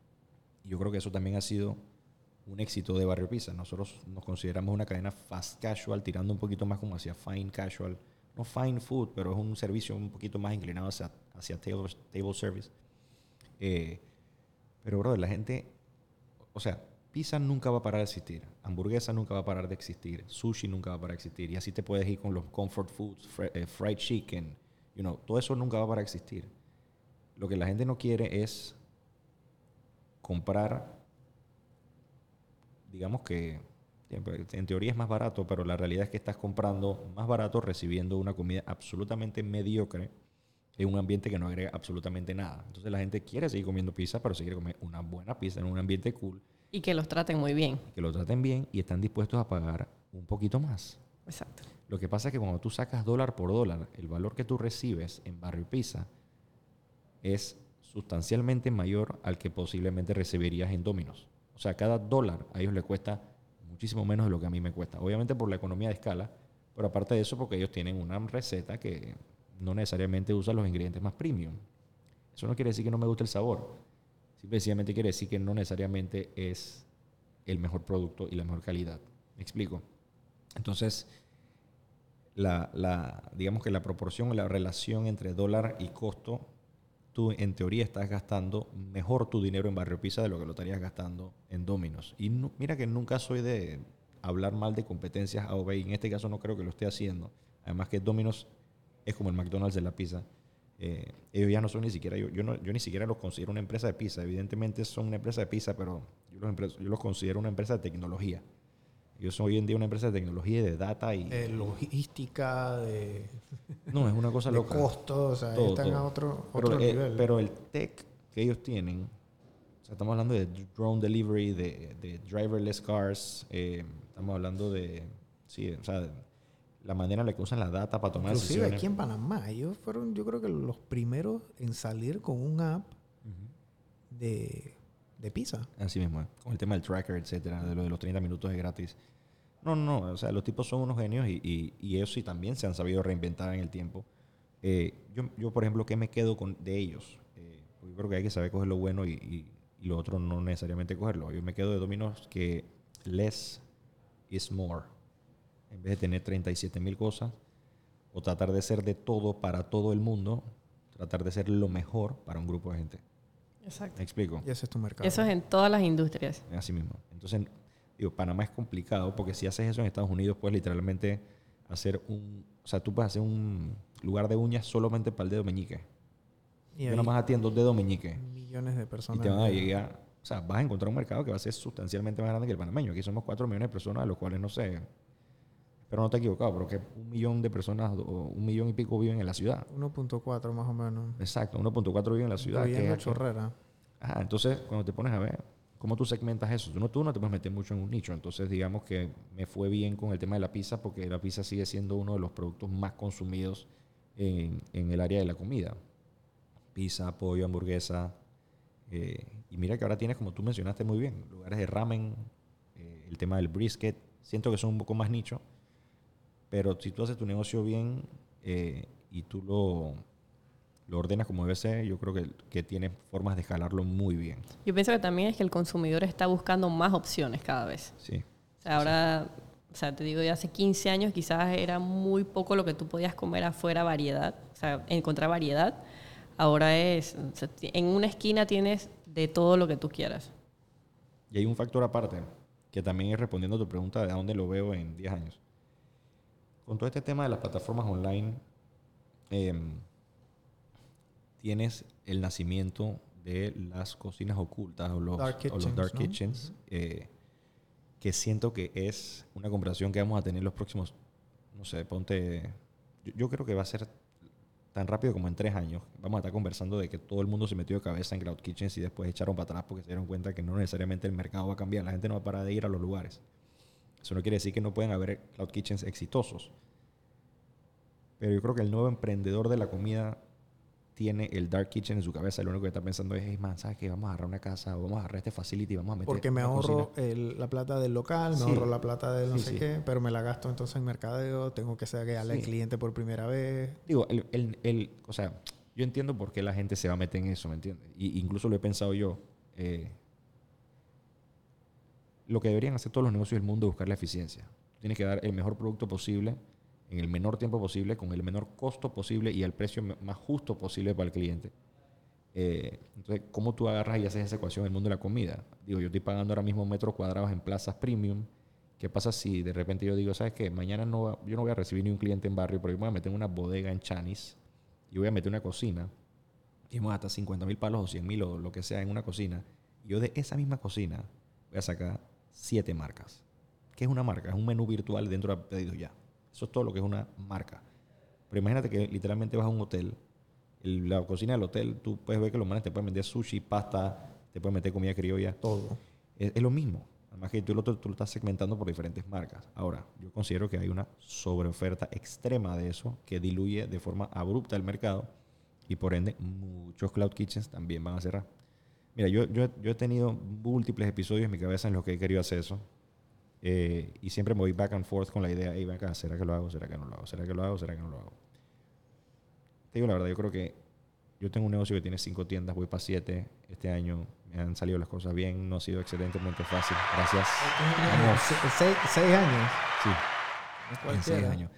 Y yo creo que eso también ha sido un éxito de Barrio Pizza. Nosotros nos consideramos una cadena fast casual, tirando un poquito más como hacia fine casual. No fine food, pero es un servicio un poquito más inclinado hacia, hacia table, table service. Eh, pero, brother, la gente... O sea, pizza nunca va a parar de existir. Hamburguesa nunca va a parar de existir. Sushi nunca va a parar de existir. Y así te puedes ir con los comfort foods, fr eh, fried chicken. You know, todo eso nunca va a parar de existir. Lo que la gente no quiere es comprar, digamos que en teoría es más barato, pero la realidad es que estás comprando más barato recibiendo una comida absolutamente mediocre en un ambiente que no agrega absolutamente nada. Entonces la gente quiere seguir comiendo pizza, pero se quiere comer una buena pizza en un ambiente cool, Y que los traten muy bien. que lo traten bien y están dispuestos a pagar un poquito más. Exacto. Lo que pasa es que cuando tú sacas dólar por dólar, el valor que tú recibes en Barrio Pizza es sustancialmente mayor al que posiblemente recibirías en Domino's. O sea, cada dólar a ellos les cuesta muchísimo menos de lo que a mí me cuesta. Obviamente por la economía de escala, pero aparte de eso porque ellos tienen una receta que no necesariamente usa los ingredientes más premium. Eso no quiere decir que no me guste el sabor. Simplemente quiere decir que no necesariamente es el mejor producto y la mejor calidad. ¿Me explico? Entonces, la, la, digamos que la proporción o la relación entre dólar y costo, tú en teoría estás gastando mejor tu dinero en Barrio Pizza de lo que lo estarías gastando en Domino's. Y no, mira que nunca soy de hablar mal de competencias A o B, y en este caso no creo que lo esté haciendo. Además que Domino's es como el McDonald's de la pizza. Eh, ellos ya no son ni siquiera, yo, yo, no, yo ni siquiera los considero una empresa de pizza. Evidentemente son una empresa de pizza, pero yo los, empre- yo los considero una empresa de tecnología. Ellos son hoy en día una empresa de tecnología y de data y... De logística, de, No, es una cosa de loca. costo, o sea, Todo, están todo. a otro, Pero, otro eh, nivel. pero el tech que ellos tienen, o sea, estamos hablando de drone delivery, de, de driverless cars, eh, estamos hablando de, sí, o sea, de la manera en la que usan la data para tomar Inclusive decisiones. aquí en Panamá, ellos fueron, yo creo que los primeros en salir con un app Ujú. de, de pizza. Así mismo, eh, con el tema del tracker, etcétera, de lo de los treinta minutos de gratis. No, no, no, o sea, los tipos son unos genios y, y, y ellos sí también se han sabido reinventar en el tiempo. Eh, yo, yo, por ejemplo, ¿qué me quedo con de ellos? Eh, porque yo creo que hay que saber coger lo bueno y, y, y lo otro no necesariamente cogerlo. Yo me quedo de Domino's que less is more. En vez de tener treinta y siete mil cosas o tratar de ser de todo para todo el mundo, tratar de ser lo mejor para un grupo de gente. Exacto. ¿Me explico? Y ese es tu mercado. Eso es en todas las industrias. Así mismo. Entonces, digo, Panamá es complicado porque si haces eso en Estados Unidos, puedes literalmente hacer un... O sea, tú puedes hacer un lugar de uñas solamente para el dedo meñique. Y Yo hay nada más atiendo dedo meñique. millones de Y personas. te van a llegar... O sea, vas a encontrar un mercado que va a ser sustancialmente más grande que el panameño. Aquí somos cuatro millones de personas, de los cuales, no sé... Pero no te he equivocado, pero que un millón de personas o un millón y pico viven en la ciudad. uno punto cuatro más o menos. Exacto, uno punto cuatro viven en la ciudad. Que Incluyendo es aquí. Chorrera. Ajá, entonces, cuando te pones a ver, ¿cómo tú segmentas eso? Tú no, tú no te puedes meter mucho en un nicho. Entonces, digamos que me fue bien con el tema de la pizza porque la pizza sigue siendo uno de los productos más consumidos en, en el área de la comida. Pizza, pollo, hamburguesa. Eh, y mira que ahora tienes, como tú mencionaste muy bien, lugares de ramen, eh, el tema del brisket. Siento que son un poco más nicho. Pero si tú haces tu negocio bien eh, y tú lo... lo ordenas como debe ser, yo creo que, que tienes formas de escalarlo muy bien. Yo pienso que también es que el consumidor está buscando más opciones cada vez. Sí. O sea, ahora, o sea, te digo, de hace quince años quizás era muy poco lo que tú podías comer afuera, variedad, o sea, encontrar variedad. Ahora es, o sea, en una esquina tienes de todo lo que tú quieras. Y hay un factor aparte, que también es respondiendo a tu pregunta de a dónde lo veo en diez años. Con todo este tema de las plataformas online, eh, tienes el nacimiento de las cocinas ocultas o los Dark o los kitchens, dark ¿no? kitchens, eh, que siento que es una conversación que vamos a tener los próximos, no sé, ponte, yo, yo creo que va a ser tan rápido como en tres años. Vamos a estar conversando de que todo el mundo se metió de cabeza en cloud kitchens y después echaron para atrás porque se dieron cuenta que no necesariamente el mercado va a cambiar. La gente no va a parar de ir a los lugares. Eso no quiere decir que no pueden haber cloud kitchens exitosos. Pero yo creo que el nuevo emprendedor de la comida tiene el dark kitchen en su cabeza. Lo único que está pensando es, hey, man, ¿sabes qué? Vamos a agarrar una casa o vamos a agarrar este facility y vamos a meter Porque me una ahorro cocina. el- la plata del local, me Sí. ahorro la plata del no Sí, sé sí. qué, pero me la gasto entonces en mercadeo, tengo que sacarle al Sí. cliente por primera vez. Digo, el, el, el- o sea, yo entiendo por qué la gente se va a meter en eso, ¿me entiendes? Y incluso lo he pensado yo. Eh, lo que deberían hacer todos los negocios del mundo es buscar la eficiencia. Tienes que dar el mejor producto posible en el menor tiempo posible, con el menor costo posible y al precio m- más justo posible para el cliente. Eh, entonces, ¿cómo tú agarras y haces esa ecuación en el mundo de la comida? Digo, yo estoy pagando ahora mismo metros cuadrados en plazas premium. ¿Qué pasa si de repente yo digo, ¿sabes qué? Mañana no va- yo no voy a recibir ni un cliente en barrio, pero yo me voy a meter en una bodega en Chanis y voy a meter una cocina y vamos hasta cincuenta mil palos o cien mil o lo que sea en una cocina. Y yo de esa misma cocina voy a sacar siete marcas. ¿Qué es una marca? Es un menú virtual dentro de pedidos ya. Eso es todo lo que es una marca. Pero imagínate que literalmente vas a un hotel. El- la cocina del hotel, tú puedes ver que los manes te pueden vender sushi, pasta, te pueden meter comida criolla. Todo. Es, es lo mismo. Además que tú lo, tú lo estás segmentando por diferentes marcas. Ahora, yo considero que hay una sobreoferta extrema de eso que diluye de forma abrupta el mercado y por ende muchos cloud kitchens también van a cerrar. Mira, yo, yo, yo he tenido múltiples episodios en mi cabeza en los que he querido hacer eso. Eh, y siempre me voy back and forth con la idea, hey, ven acá, ¿será que lo hago? ¿Será que no lo hago? ¿Será que lo hago? ¿Será que no lo hago? Te digo la verdad, yo creo que yo tengo un negocio que tiene cinco tiendas, voy para siete. Este año me han salido las cosas bien, no ha sido excelentemente fácil. Gracias. Vamos. Se- seis, seis años. Sí, No en seis cualquiera. años.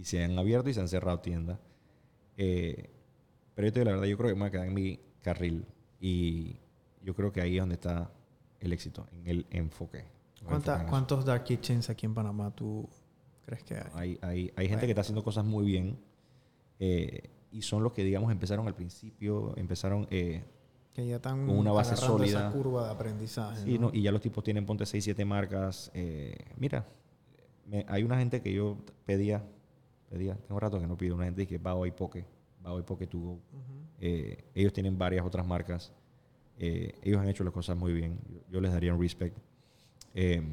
y se han abierto y se han cerrado tiendas. Eh, pero yo te digo la verdad, yo creo que me voy a quedar en mi carril. Y yo creo que ahí es donde está el éxito, en el enfoque. ¿Cuánta, ¿Cuántos dark kitchens aquí en Panamá tú crees que hay? Hay, hay, hay gente bueno. que está haciendo cosas muy bien. Eh, y son los que, digamos, empezaron al principio, empezaron... Eh, que ya están con una base agarrando sólida. esa curva de aprendizaje. Sí, ¿no? ¿no? Y ya los tipos tienen, ponte seis, siete marcas. Eh, mira, me, hay una gente que yo pedía, pedía, tengo rato que no pido, una gente que Bao y Poke, Bao y Poke to go. Uh-huh. eh, ellos tienen varias otras marcas. Eh, ellos han hecho las cosas muy bien. Yo, yo les daría un respect. Eh,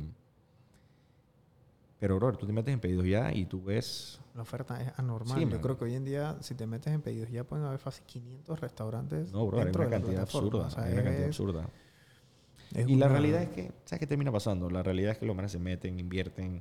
pero, bro, tú te metes en pedidos ya y tú ves... La oferta es anormal. Sí, yo man. creo que hoy en día, si te metes en pedidos ya pueden haber fácil quinientos restaurantes. No, bro, hay una cantidad absurda. O sea, hay una cantidad es, absurda. Y una... la realidad es que, ¿sabes qué termina pasando? La realidad es que los manes se meten, invierten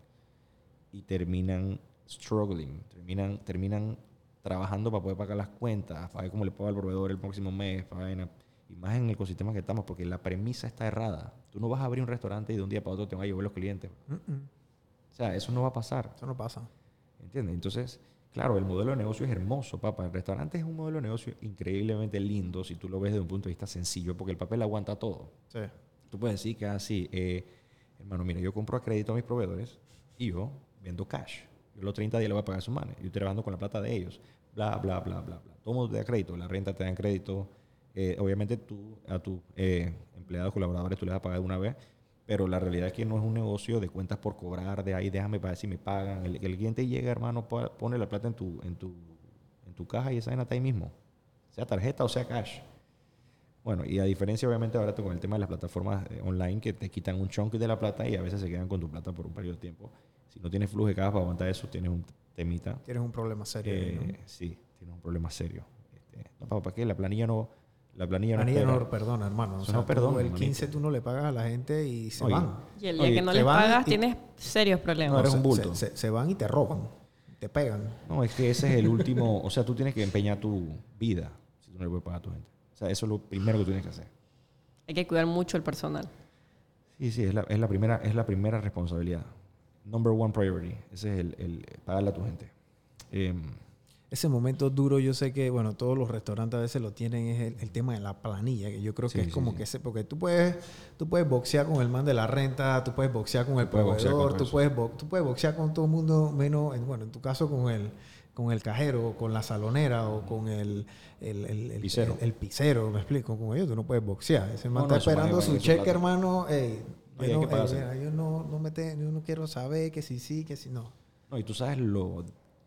y terminan struggling. Terminan, terminan trabajando para poder pagar las cuentas, para ver cómo le paga al proveedor el próximo mes, para ver, y más en el ecosistema que estamos, porque la premisa está errada. Tú no vas a abrir un restaurante y de un día para otro te van a llevar los clientes. Uh-uh. O sea, eso no va a pasar. Eso no pasa. ¿Entiendes? Entonces, claro, el modelo de negocio es hermoso, papá. El restaurante es un modelo de negocio increíblemente lindo si tú lo ves desde un punto de vista sencillo, porque el papel aguanta todo. Sí. Tú puedes decir que así, eh, hermano, mira, yo compro a crédito a mis proveedores y yo vendo cash. Yo los treinta días le voy a pagar a sus manes. Yo estoy trabajando con la plata de ellos. Bla, bla, bla, bla, bla. Todo mundo te da crédito. La renta te da crédito. Eh, obviamente tú a tus eh, empleados, colaboradores, tú les vas a pagar de una vez. Pero la realidad es que no es un negocio de cuentas por cobrar, de ahí déjame para ver si me pagan. El, el cliente llega, hermano, pone la plata en tu, en tu, en tu caja y esa vaina está ahí mismo. Sea tarjeta o sea cash. Bueno, y a diferencia, obviamente, ahora con el tema de las plataformas eh, online que te quitan un chunk de la plata y a veces se quedan con tu plata por un periodo de tiempo. Si no tienes flujo de caja para aguantar eso, tienes un temita. Tienes un problema serio. Eh, ahí, ¿no? Sí, tienes un problema serio. Este, no, ¿para qué? La planilla no... La planilla, planilla no, no perdona, hermano. O sea, no perdona. El quince manito. Tú no le pagas a la gente y se Oye, van. Y el día Oye, que no les pagas y, tienes serios problemas. No, eres se, un bulto. Se, se, se van y te roban. Te pegan. No, es que ese es el último... O sea, tú tienes que empeñar tu vida si tú no le puedes pagar a tu gente. O sea, eso es lo primero que tú tienes que hacer. Hay que cuidar mucho el personal. Sí, sí, es la, es la, primera, es la primera responsabilidad. Number one priority. Ese es el, el pagarle a tu gente. Eh, Ese momento duro, yo sé que, bueno, todos los restaurantes a veces lo tienen, es el, el tema de la planilla, que yo creo que sí, es como sí, que ese, porque tú puedes, tú puedes boxear con el man de la renta, tú puedes boxear con el proveedor, tú puedes, bo, tú puedes boxear con todo el mundo, menos, bueno, en tu caso con el, con el cajero, con la salonera o con el, el, el, el, pisero. el, el pisero, me explico, con ellos tú no puedes boxear. Ese man no, está no, esperando su cheque, plata. hermano, ey, no, yo, no, ey, mira, yo, no, no me te, yo no quiero saber que si sí, que si no. No, y tú sabes lo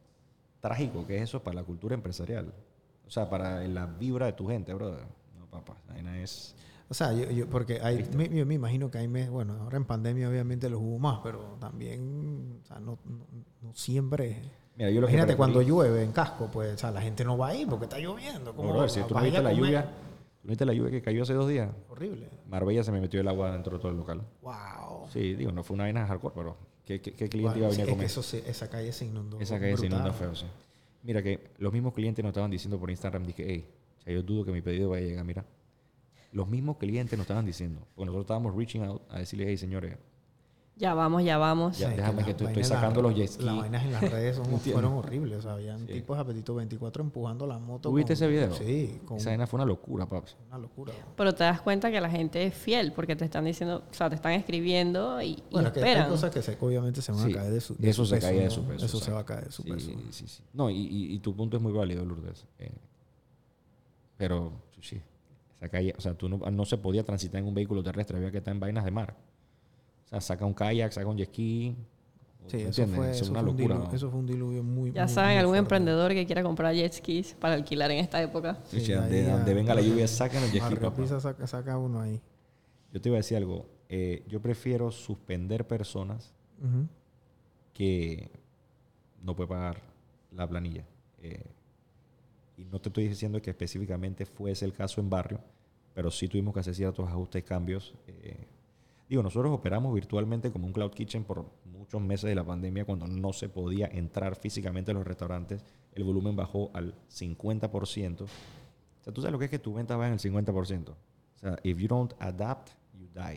trágico que es eso para la cultura empresarial. O sea, para la vibra de tu gente, brother. No, papá, la vaina es... O sea, yo, yo porque hay, me, yo me imagino que hay meses, bueno, ahora en pandemia obviamente los hubo más, pero también, o sea, no, no, no siempre... Mira, yo lo Imagínate que cuando llueve en Casco, pues, o sea, la gente no va a ir porque está lloviendo. No, brother, si tú no viste la lluvia, tú no viste la lluvia que cayó hace dos días. Horrible. Marbella se me metió el agua dentro de todo el local. Wow. Sí, digo, no fue una vaina hardcore, pero ¿qué, qué, qué cliente bueno, iba a venir sí, a comer? Es que eso se, esa calle se inundó. Esa calle brutal. Se inunda feo, sí. Mira que los mismos clientes nos estaban diciendo por Instagram, dije, hey, o sea, yo dudo que mi pedido vaya a llegar, mira. Los mismos clientes nos estaban diciendo, porque nosotros estábamos reaching out a decirle, hey, señores, ya vamos, ya vamos. Ya, sí, déjame que, que estoy sacando la, los jet ski. Las vainas en las redes son, fueron horribles. O sea, habían sí. tipos de Apetito veinticuatro empujando la moto. ¿Tú viste con, ese video? Sí. Con, Esa vaina fue una locura, papi. Una locura. Pero te das cuenta que la gente es fiel porque te están diciendo, o sea, te están escribiendo y, bueno, y que esperan. Hay cosas que se, obviamente se van sí, a caer de su, de eso su se peso. cae de ¿no? su peso. Eso exacto. se va a caer de su sí, peso. Sí, sí. No, y, y, y tu punto es muy válido, Lourdes. Eh, pero, sí, esa calle, o sea, tú no, no se podía transitar en un vehículo terrestre, había que estar en vainas de mar. O sea, saca un kayak, saca un jet ski. Sí, eso fue, eso, eso, una fue locura, diluvio, ¿no? eso fue un diluvio muy Ya muy, saben, muy algún fuerte. emprendedor que quiera comprar jet skis para alquilar en esta época. Sí, sí, donde, donde venga la lluvia, sacan el jet ski, papá. Saca, saca uno ahí. Yo te iba a decir algo. Eh, yo prefiero suspender personas uh-huh. que no puede pagar la planilla. Eh, y no te estoy diciendo que específicamente fuese el caso en barrio, pero sí tuvimos que hacer ciertos ajustes y cambios. Eh, Digo, nosotros operamos virtualmente como un cloud kitchen por muchos meses de la pandemia cuando no se podía entrar físicamente a los restaurantes. El volumen bajó al cincuenta por ciento. O sea, tú sabes lo que es que tu venta va en el cincuenta por ciento. O sea, if you don't adapt, you die.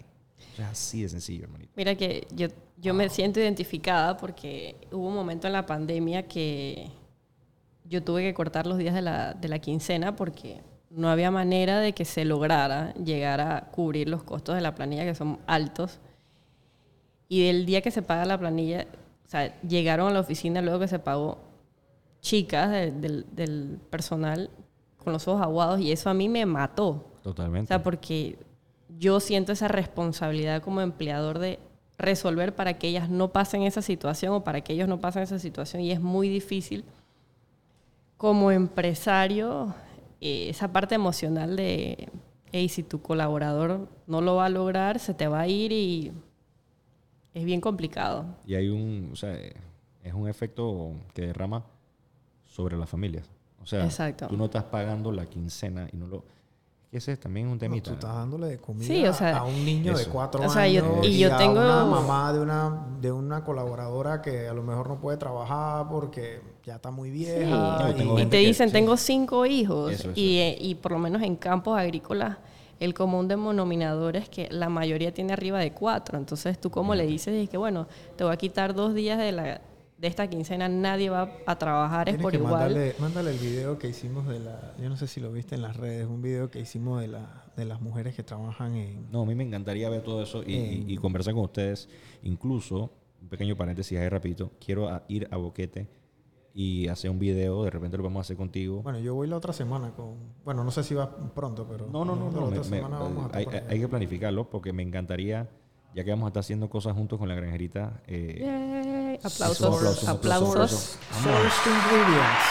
O sea, así de sencillo, hermanito. Mira que yo, yo me siento identificada porque hubo un momento en la pandemia que yo tuve que cortar los días de la, de la quincena porque no había manera de que se lograra llegar a cubrir los costos de la planilla, que son altos. Y del día que se paga la planilla, o sea, llegaron a la oficina luego que se pagó chicas de, del, del personal con los ojos aguados, y eso a mí me mató. Totalmente. O sea, porque yo siento esa responsabilidad como empleador de resolver para que ellas no pasen esa situación o para que ellos no pasen esa situación, y es muy difícil como empresario eh, esa parte emocional de, hey, si tu colaborador no lo va a lograr, se te va a ir, y es bien complicado. Y hay un, o sea, es un efecto que derrama sobre las familias. O sea, Exacto. tú no estás pagando la quincena y no lo... Ese también es un temita. No, tú estás dándole de comida Sí, o sea, a un niño eso. de cuatro O sea, yo- años y yo a tengo- una mamá de una, de una colaboradora que a lo mejor no puede trabajar porque ya está muy vieja. No, yo tengo y gente te que- dicen, sí. tengo cinco hijos. Eso, eso. Y, eh, y por lo menos en campos agrícolas, el común denominador es que la mayoría tiene arriba de cuatro. Entonces, tú como le dices, es que bueno, te voy a quitar dos días de, la, de esta quincena, nadie va a trabajar, es Tienes por que igual. Mándale, mándale el video que hicimos de la... Yo no sé si lo viste en las redes. Un video que hicimos de, la, de las mujeres que trabajan en... No, a mí me encantaría ver todo eso y, En- y- y conversar con ustedes. Incluso, un pequeño paréntesis ahí rapidito, quiero a- ir a Boquete y hacer un video, de repente lo vamos a hacer contigo. Bueno, yo voy la otra semana con... Bueno, no sé si va pronto, pero... No, no, no, la no. otra me- me- semana vamos a estar hay, por allá. hay que planificarlo porque me encantaría, ya que vamos a estar haciendo cosas juntos con la granjerita. Eh, Yay, Eso, aplausos, aplausos, aplausos. aplausos. First ingredients.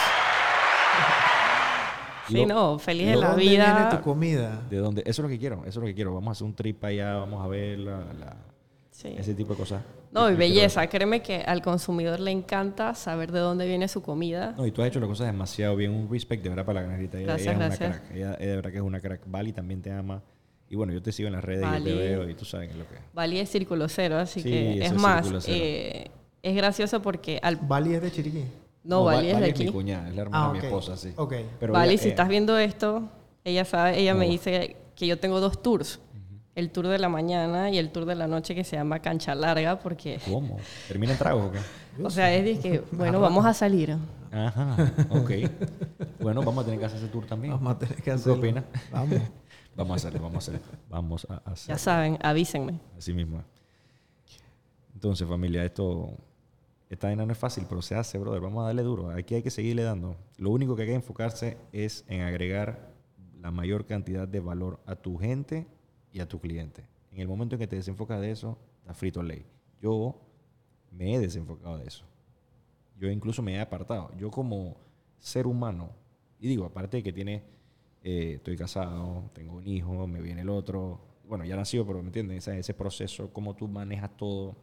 Sí, Lo- no, feliz ¿De de la dónde viene vida. tu comida? ¿De dónde? Eso es lo que quiero, eso es lo que quiero. Vamos a hacer un trip para allá, vamos a ver la, la- Sí. ese tipo de cosas. No, y Yo quiero belleza. eso. Créeme que al consumidor le encanta saber de dónde viene su comida. No, y tú has hecho las cosas demasiado bien. Un respect de verdad para la granjerita. Ella, Gracias, ella es gracias. una crack. Ella, ella de verdad que es una crack. Vali también te ama. Y bueno, yo te sigo en las redes, yo Vali. te veo y tú sabes lo que es. Bali es círculo cero, así Sí, que eso es es más, círculo cero. eh, es gracioso porque al Bali es de Chiriquí. no, Bali es de mi aquí. cuñada, es la hermana Ah, de mi ok. esposa, sí. Ok. Pero Bali, ella, si eh, estás viendo esto, ella sabe, ella me Oh. dice que yo tengo dos tours. El tour de la mañana y el tour de la noche, que se llama Cancha Larga, porque, ¿Cómo? ¿Termina en tragos o qué? o sea, es de que, bueno, vamos a salir. Ajá, ok. Bueno, vamos a tener que hacer ese tour también. Vamos a tener que ¿Tú qué hacerlo. opinas? Vamos. Vamos a hacerlo, vamos a hacerlo. Vamos a hacerlo. Ya saben, avísenme. Así mismo. Entonces, familia, esto... Esta vaina no es fácil, pero se hace, brother. Vamos a darle duro. Aquí hay que seguirle dando. Lo único que hay que enfocarse es en agregar la mayor cantidad de valor a tu gente y a tu cliente. En el momento en que te desenfocas de eso, está frito ley. Yo me he desenfocado de eso. Yo incluso me he apartado. Yo como ser humano, y digo, aparte de que tiene, eh, estoy casado, tengo un hijo, me viene el otro, bueno, ya nació, pero ¿me entiendes? Ese, ese proceso, cómo tú manejas todo,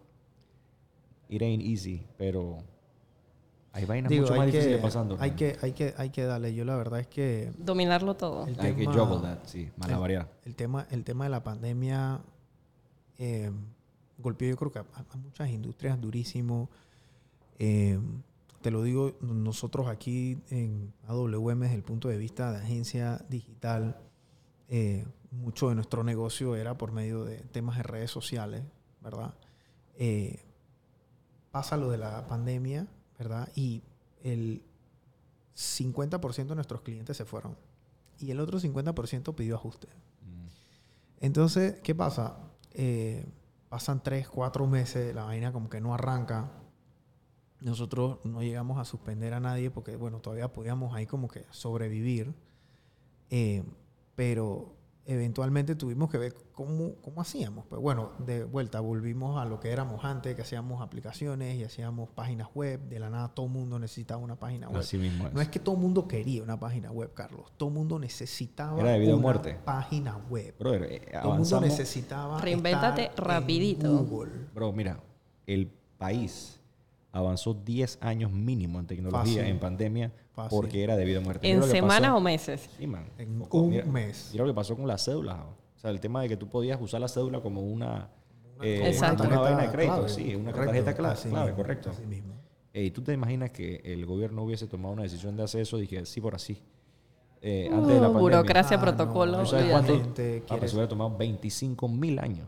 it ain't easy, pero hay vainas Digo, mucho hay más que, difíciles pasando. hay hermano. que, hay que, hay que darle. Yo la verdad es que Dominarlo todo. el Hay que tema- juggle that, sí, malabarear. el tema, el tema de la pandemia eh, golpeó, yo creo que a, a muchas industrias durísimo. Eh, te lo digo, nosotros aquí en A W M, desde el punto de vista de agencia digital, eh, mucho de nuestro negocio era por medio de temas de redes sociales, ¿verdad? Eh, pasa lo de la pandemia, ¿verdad? Y el cincuenta por ciento de nuestros clientes se fueron. Y el otro cincuenta por ciento pidió ajuste. Mm. Entonces, ¿qué pasa? Eh, pasan tres, cuatro meses, la vaina como que no arranca. Nosotros no llegamos a suspender a nadie porque, bueno, todavía podíamos ahí como que sobrevivir. Eh, pero eventualmente tuvimos que ver cómo, cómo hacíamos. Pues bueno, de vuelta volvimos a lo que éramos antes, que hacíamos aplicaciones y hacíamos páginas web. De la nada todo el mundo necesitaba una página web. Así mismo es. No es que todo el mundo quería una página web, Carlos. Todo el mundo necesitaba Era de vida o una muerte. página web. Brother, eh, Todo el mundo avanzamos. necesitaba Reinvéntate estar rapidito. en Google. Bro, mira, el país avanzó diez años mínimo en tecnología, Fácil. en pandemia, Fácil. porque era de vida o muerte. ¿En Mira lo que semanas pasó. o meses? Sí, man. En Ojo, un mira- mes. Mira lo que pasó con las cédulas. O sea, el tema de que tú podías usar la cédula como una, eh, Exacto. una vaina de tarjeta crédito. clave, Sí, una correcto, tarjeta clave, así clave, mismo, correcto. así mismo. ¿Y tú te imaginas que el gobierno hubiese tomado una decisión de hacer eso? Dije, sí, por así. Eh, Uh, antes de la pandemia. burocracia, Ah, protocolo. no, ¿Tú sabes olvídate. cuánto? Gente Papá, quiere- se hubiera tomado veinticinco mil años.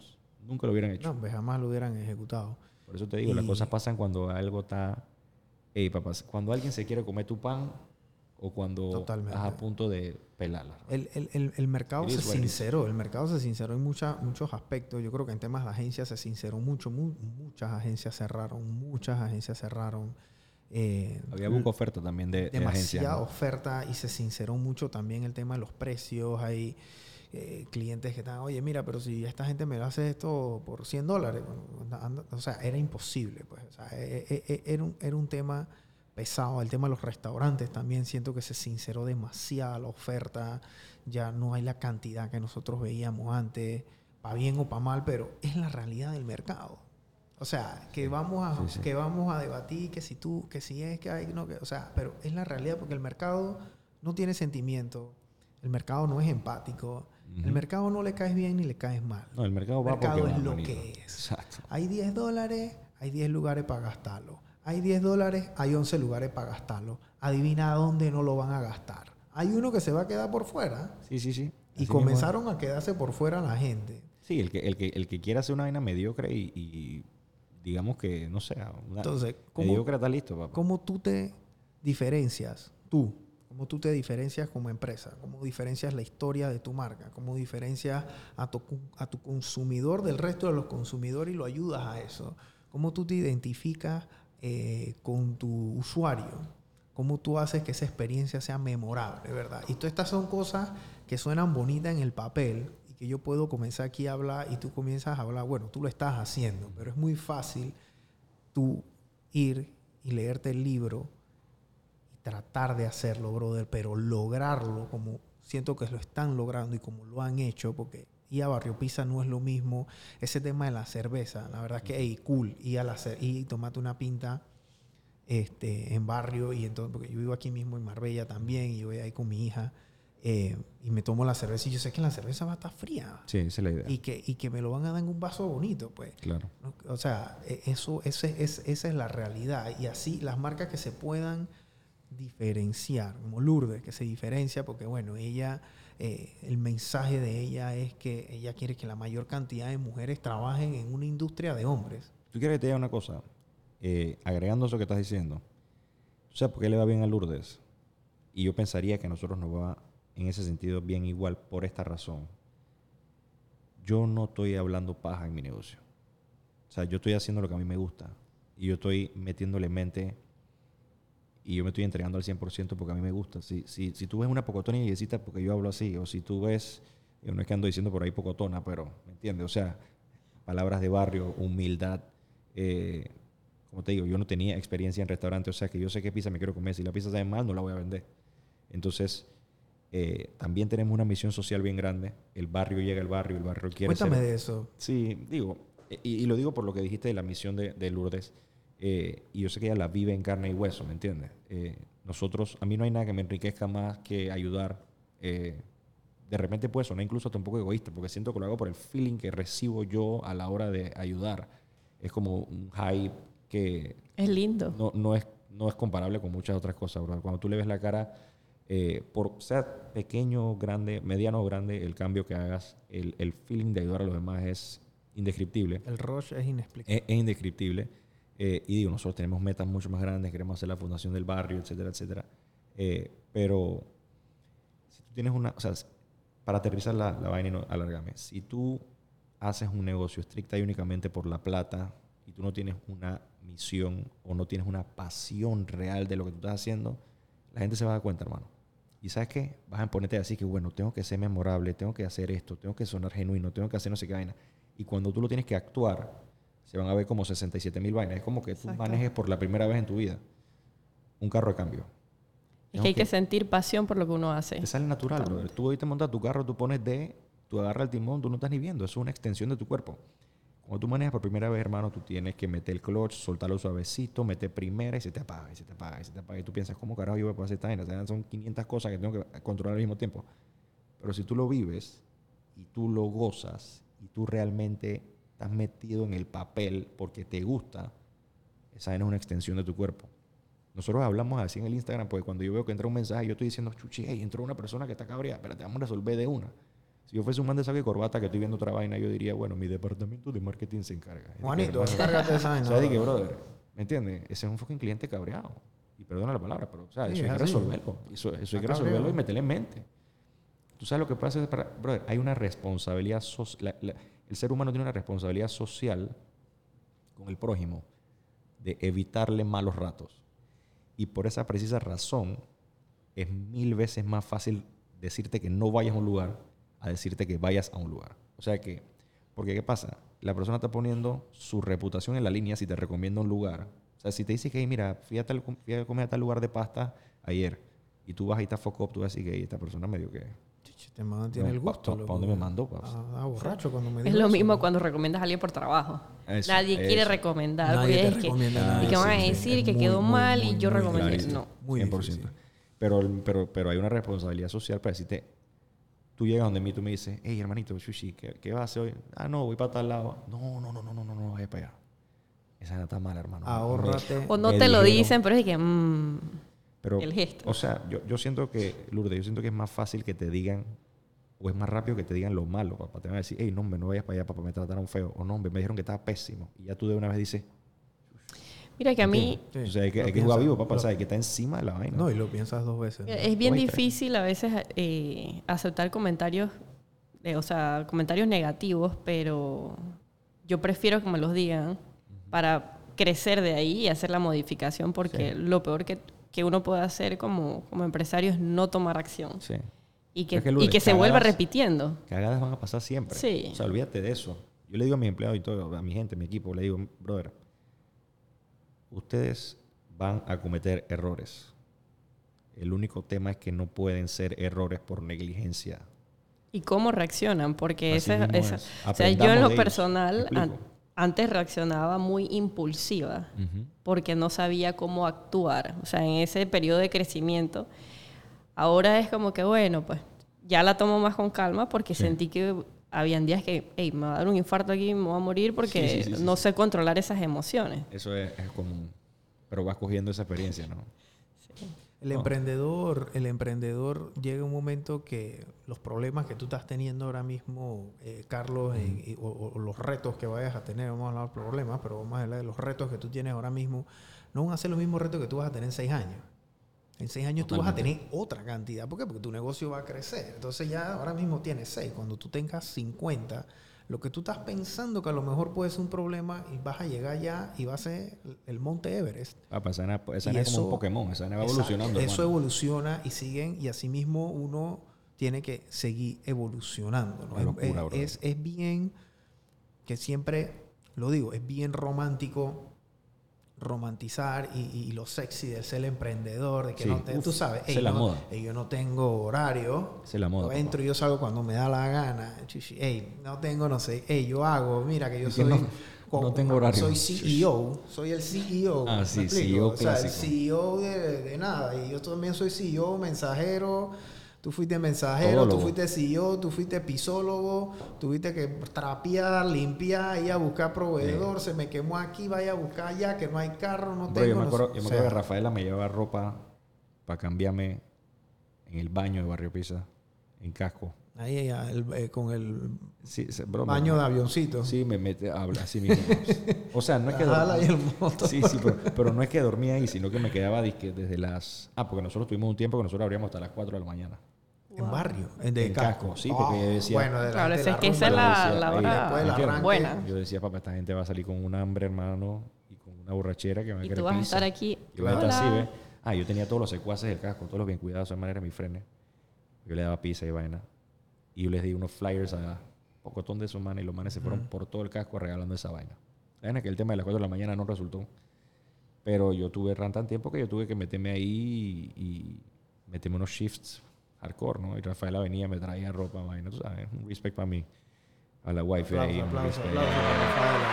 nunca lo hubieran hecho. No, pues jamás lo hubieran ejecutado. Por eso te digo, Y- las cosas pasan cuando algo está... Ey, papá, cuando alguien se quiere comer tu pan o cuando Totalmente. estás a punto de pelarla. El, el, el, el mercado It se is what it is. sinceró, el mercado se sinceró en mucha, muchos aspectos. Yo creo que en temas de agencias se sinceró mucho, mu- muchas agencias cerraron, muchas agencias cerraron. Eh, Había buca oferta también de, de demasiada agencias, ¿no? oferta y se sinceró mucho también el tema de los precios. Hay eh, clientes que están, oye, mira, pero si esta gente me lo hace esto por cien dólares, bueno, anda- o sea, era imposible, pues. O sea, e- e- e- era, un, era un tema pesado. El tema de los restaurantes también siento que se sinceró demasiado la oferta. Ya no hay la cantidad que nosotros veíamos antes, para bien o para mal, pero es la realidad del mercado. O sea, que vamos a, Sí, sí. que vamos a debatir que si tú, que si es que hay, no, que, o sea, pero es la realidad porque el mercado no tiene sentimiento, el mercado no es empático, Ujú. el mercado no le caes bien ni le caes mal. No, el mercado El va mercado porque es va, lo manito. que es. Exacto. Hay diez dólares, hay diez lugares para gastarlo. Hay diez dólares, hay once lugares para gastarlo. Adivina dónde no lo van a gastar. Hay uno que se va a quedar por fuera Sí, sí, sí. y Así mismo es. comenzaron a quedarse por fuera la gente. Sí, el que, el que, el que quiera hacer una vaina mediocre y, y digamos que, no sé, una Entonces, ¿cómo, mediocre está listo, papá. ¿cómo tú te diferencias? Tú, ¿cómo tú te diferencias como empresa? ¿Cómo diferencias la historia de tu marca? ¿Cómo diferencias a tu, a tu consumidor del resto de los consumidores y lo ayudas a eso? ¿Cómo tú te identificas eh, con tu usuario? ¿Cómo tú haces que esa experiencia sea memorable, verdad? Y todas estas son cosas que suenan bonitas en el papel y que yo puedo comenzar aquí a hablar y tú comienzas a hablar, bueno, tú lo estás haciendo, pero es muy fácil tú ir y leerte el libro y tratar de hacerlo, brother, pero lograrlo como siento que lo están logrando y como lo han hecho, porque ir a Barrio Pizza no es lo mismo. Ese tema de la cerveza, la verdad es que, hey, cool, ir a la cer- y tomate una pinta este, en barrio, y entonces, porque yo vivo aquí mismo en Marbella también, y yo voy ahí con mi hija, eh, y me tomo la cerveza, y yo sé que la cerveza va a estar fría, Sí, esa es la idea. y que, y que me lo van a dar en un vaso bonito, pues. Claro. ¿No? O sea, e- eso, ese, es, esa es la realidad, y así las marcas que se puedan diferenciar, como Lourdes, que se diferencia porque, bueno, ella, eh, el mensaje de ella es que ella quiere que la mayor cantidad de mujeres trabajen en una industria de hombres. ¿Tú quieres que te diga una cosa? Eh, agregando eso que estás diciendo. ¿Tú sabes por qué le va bien a Lourdes? Y yo pensaría que a nosotros nos va en ese sentido bien igual por esta razón. Yo no estoy hablando paja en mi negocio. O sea, yo estoy haciendo lo que a mí me gusta. Y yo estoy metiéndole mente y yo me estoy entregando al cien por ciento porque a mí me gusta. Si, si, si tú ves una pocotona y necesitas porque yo hablo así, o si tú ves, yo no es que ando diciendo por ahí pocotona, pero, ¿me entiendes? O sea, palabras de barrio, humildad. Eh, como te digo, yo no tenía experiencia en restaurante, o sea que yo sé qué pizza me quiero comer. Si la pizza sabe mal, no la voy a vender. Entonces, eh, también tenemos una misión social bien grande. El barrio llega al barrio, el barrio quiere Cuéntame ser... de eso. Sí, digo, y, y lo digo por lo que dijiste de la misión de, de Lourdes. Eh, y yo sé que ella la vive en carne y hueso, ¿me entiendes? Eh, nosotros, a mí no hay nada que me enriquezca más que ayudar. Eh, de repente puede sonar incluso hasta un poco egoísta, porque siento que lo hago por el feeling que recibo yo a la hora de ayudar. Es como un hype que Es lindo. no, no, es, no es comparable con muchas otras cosas, bro. Cuando tú le ves la cara, eh, por sea pequeño, grande, mediano o grande, el cambio que hagas, el, el feeling de ayudar a los demás es indescriptible. El rush es inexplicable. Es, es indescriptible. Eh, y digo, nosotros tenemos metas mucho más grandes, queremos hacer la fundación del barrio, etcétera, etcétera. Eh, pero si tú tienes una... O sea, para aterrizar la, la vaina y no alargarme, si tú haces un negocio estricta y únicamente por la plata y tú no tienes una misión o no tienes una pasión real de lo que tú estás haciendo, la gente se va a dar cuenta, hermano. Y ¿sabes qué? Vas a ponerte así que, bueno, tengo que ser memorable, tengo que hacer esto, tengo que sonar genuino, tengo que hacer no sé qué vaina. Y cuando tú lo tienes que actuar, se van a ver como sesenta y siete mil vainas. Es como que tú Exacto. manejes por la primera vez en tu vida un carro de cambio. Es Tengo que hay que sentir pasión por lo que uno hace. Te sale natural, bro. Totalmente. Tú ahorita montas tu carro, tú pones D, tú agarras el timón, tú no estás ni viendo. Eso es una extensión de tu cuerpo. Cuando tú manejas por primera vez, hermano, tú tienes que meter el clutch, soltarlo suavecito, meter primera y se te apaga, y se te apaga, y se te apaga. Y tú piensas, ¿cómo carajo yo voy a poder hacer esta vaina? O sea, son quinientas cosas que tengo que controlar al mismo tiempo. Pero si tú lo vives y tú lo gozas y tú realmente estás metido en el papel porque te gusta, esa vaina es una extensión de tu cuerpo. Nosotros hablamos así en el Instagram, porque cuando yo veo que entra un mensaje, yo estoy diciendo, chuchi, hey, entró una persona que está cabreada, pero te vamos a resolver de una. Si yo fuese un man de saco y corbata que estoy viendo otra vaina, yo diría, bueno, mi departamento de marketing se encarga. Juanito, cárgate esa vaina. O sea, dije, brother, ¿me entiendes? Ese es un fucking cliente cabreado. Y perdona la palabra, pero, o sea, Sí, eso hay que así. resolverlo. Eso, eso hay que resolverlo Cabreado. y meterle en mente. Tú sabes lo que pasa, para, brother, hay una responsabilidad social. El ser humano tiene una responsabilidad social con el prójimo de evitarle malos ratos. Y por esa precisa razón es mil veces más fácil decirte que no vayas a un lugar a decirte que vayas a un lugar. O sea que, porque ¿qué pasa? La persona está poniendo su reputación en la línea si te recomienda un lugar. O sea, si te dice que, hey, mira, fui a, tal, fui a comer a tal lugar de pasta ayer y tú vas y estás foco up, tú vas a decir que hey, esta persona medio que... Este man tiene No, el gusto. ¿para dónde me mandó? Pa? Ah, ah, borracho cuando me Es dijo lo eso, mismo ¿no? cuando recomiendas a alguien por trabajo. Eso, Nadie eso. quiere recomendar. Nadie porque te es que, recomienda Ah, nada. y que van a sí, sí. decir Es que muy, quedó muy, mal muy, y yo muy recomendé. clarísimo. No. Muy cien por ciento. difícil. Pero, pero, pero hay una responsabilidad social para decirte, tú llegas donde mí, tú me dices, hey, hermanito, Sushi, ¿qué, qué vas a hacer hoy? Ah, no, voy para tal lado. No, no, no, no, no, no, no, vaya para allá. Esa no está mala, hermano. Ahórrate. O no Me te lo dijeron- dicen, pero es que... mm, Pero, el gesto. O sea, yo, yo siento que, Lourdes, yo siento que es más fácil que te digan, o es más rápido que te digan lo malo, papá. Te van a decir, hey, no, hombre, no vayas para allá, papá, me trataron feo. O no, hombre, me dijeron que estaba pésimo. Y ya tú de una vez dices, Mira que a mí Sí, o sea, hay que, lo hay que jugar piensas, vivo, papá. lo- O sea, hay que estar encima de la vaina. No, y lo piensas dos veces. ¿no? es bien Dos y tres. difícil a veces eh, aceptar comentarios, eh, o sea, comentarios negativos, pero yo prefiero que me los digan para crecer de ahí y hacer la modificación, porque Sí. lo peor que, que uno puede hacer como, como empresario es no tomar acción Sí. y que, Es que, y Lourdes, que se vuelva cagadas- repitiendo. Cagadas van a pasar siempre. Sí. O sea, olvídate de eso. Yo le digo a mis empleados y todo, a mi gente, a mi equipo, le digo, brother, ustedes van a cometer errores. El único tema es que no pueden ser errores por negligencia. ¿Y cómo reaccionan? Porque Así esa, mismo esa- es. o sea, yo Aprendamos en lo de ellos. personal ¿Me explico? an- antes reaccionaba muy impulsiva Ujú. porque no sabía cómo actuar. O sea, en ese periodo de crecimiento, ahora es como que, bueno, pues ya la tomo más con calma porque Sí. sentí que habían días que, hey, me va a dar un infarto aquí, me voy a morir porque Sí, sí, sí, sí, no sí. sé controlar esas emociones. Eso es, es común. Pero vas cogiendo esa experiencia, ¿no? El No. emprendedor, el emprendedor llega un momento que los problemas que tú estás teniendo ahora mismo, eh, Carlos, en- y- o, o los retos que vayas a tener, vamos a hablar de problemas, pero vamos a hablar de los retos que tú tienes ahora mismo, no van a ser los mismos retos que tú vas a tener en seis años. En seis años tú vas a Totalmente. tener otra cantidad. ¿Por qué? Porque tu negocio va a crecer. Entonces ya ahora mismo tienes seis. Cuando tú tengas cincuenta, lo que tú estás pensando que a lo mejor puede ser un problema y vas a llegar ya y va a ser el monte Everest. Papá, esa vaina- esa Y vaina es como eso- un Pokémon. Esa vaina va Exacto. evolucionando. Eso hermano. evoluciona y siguen, y así mismo uno tiene que seguir evolucionando, ¿no? Una Es- locura, es, brother. es, es bien, que siempre lo digo, es bien romántico romantizar y, y lo sexy de ser el emprendedor, de que Sí. no te- Uf, tú sabes, esa ey, es la no- moda. ey, yo no tengo horario, Esa es la moda, yo entro papá. y yo salgo cuando me da la gana, chichi, ey, no tengo, no sé, ey, yo hago, mira que yo Es que soy... no- no tengo horario. Soy C E O, soy el C E O. Ah, ¿me sí, explico? C E O o sea, el clásico. C E O de, de nada. Y yo también soy C E O, mensajero. Tú fuiste mensajero, Todólogo. tú fuiste C E O, tú fuiste pisólogo, tuviste que trapear, limpiar, ir a buscar proveedor, se me quemó aquí, vaya a buscar allá, que no hay carro, no Bro, tengo... yo me no acuerdo, sé. yo me O acuerdo sea, que Rafaela me llevaba ropa para cambiarme en el baño de Barrio Pisa, en casco. ahí ella, el- eh, con el Sí, se- bro, me- baño de avioncito. Sí, me mete, habla así mismo. O sea, no es que La jala y dormía. el moto. Sí, sí, pero, pero no es que dormía ahí, sino que me quedaba disque desde las... Ah, porque nosotros tuvimos un tiempo que nosotros abríamos hasta las cuatro de la mañana. En barrio, en de En casco. casco, sí, porque yo decía- Bueno, de la, Claro, de esa la es que esa rumba, es la, decía, la "Ey, hora después del ¿entiendes? arranque, buena. Yo decía, papá, esta gente va a salir con un hambre, hermano, y con una borrachera que me va a Y querer tú vas a pizza". estar aquí. Yo voy a estar Hola. así, ¿ves? Ah, yo tenía todos los secuaces del casco, todos los bien cuidados, de esa manera mis frenes. Yo le daba pizza y vaina. Y yo les di unos flyers a pocotón de esos manes y los manes se fueron por todo el casco regalando esa vaina. La vaina es que el tema de las cuatro de la mañana no resultó. Pero yo tuve ran tan tiempo que yo tuve que meterme ahí y, y meterme unos shifts hardcore, ¿no? Y Rafaela venía, me traía ropa, vaina, tú sabes, un respect para mí. A la wifi ahí, Aplauso, un aplauso, respect. aplauso para Rafaela.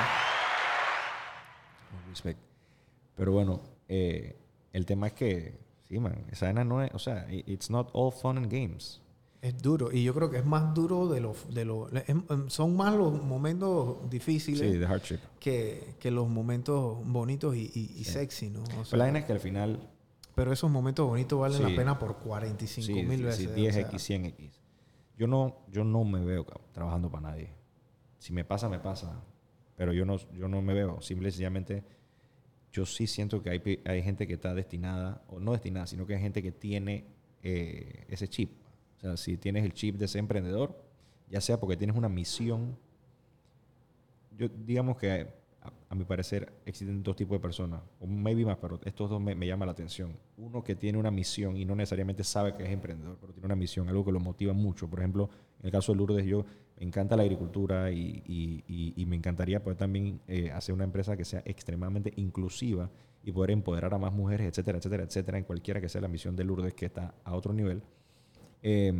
Un respect. Pero bueno, eh, el tema es que, sí, man, esa vaina no es, o sea, i- it's not all fun and games. Es duro. Y yo creo que es más duro de los... De los es- em, son más los momentos difíciles Sí, the hardship. que, que los momentos bonitos y, y- y sexy, ¿no? O Pero sea, la vaina es que al final, pero esos momentos bonitos valen Sí. la pena por cuarenta y cinco sí, mil sí, veces. sí, o diez sea. equis, cien equis. yo no, yo no me veo trabajando para nadie. Si me pasa, me pasa. Pero yo no, yo no me veo. Simple y sencillamente, yo sí siento que hay, hay gente que está destinada, o no destinada, sino que hay gente que tiene eh, ese chip. O sea, si tienes el chip de ser emprendedor, ya sea porque tienes una misión, yo digamos que a, a mi parecer existen dos tipos de personas, o maybe más, pero estos dos me, me llaman la atención. Uno que tiene una misión y no necesariamente sabe que es emprendedor, pero tiene una misión, algo que lo motiva mucho. Por ejemplo, en el caso de Lourdes, yo me encanta la agricultura y, y, y, y me encantaría poder también eh, hacer una empresa que sea extremadamente inclusiva y poder empoderar a más mujeres, etcétera, etcétera, etcétera, en cualquiera que sea la misión de Lourdes, que está a otro nivel. Eh,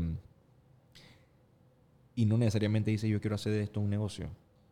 y no necesariamente dice yo quiero hacer de esto un negocio,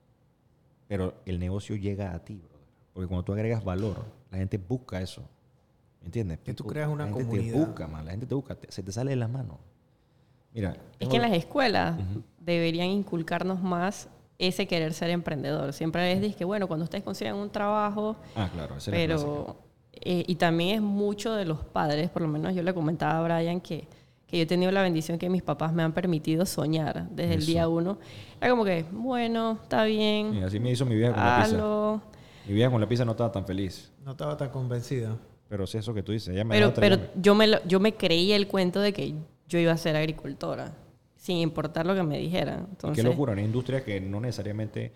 pero el negocio llega a ti, brother. Porque cuando tú agregas valor, la gente busca eso. ¿Me entiendes? Que tú creas una la gente comunidad. te busca, man. La gente te busca. Te, se te sale de las manos. Mira. Es que en las escuelas uh-huh. deberían inculcarnos más ese querer ser emprendedor. Siempre les dicen que, bueno, cuando ustedes consigan un trabajo... Ah, claro. Esa pero es la clásica. eh, y también es mucho de los padres. Por lo menos yo le comentaba a Brian que, que yo he tenido la bendición que mis papás me han permitido soñar desde Eso. el día uno. Era como que, bueno, está bien. Sí, así me hizo mi vieja con la hazlo. pizza. Mi vieja con la pizza no estaba tan feliz. No estaba tan convencida. Pero sí, eso que tú dices. Ella me Pero, daba pero otra yo, me lo, yo me creí el cuento de que yo iba a ser agricultora, sin importar lo que me dijeran. Entonces, qué locura, una industria que no necesariamente...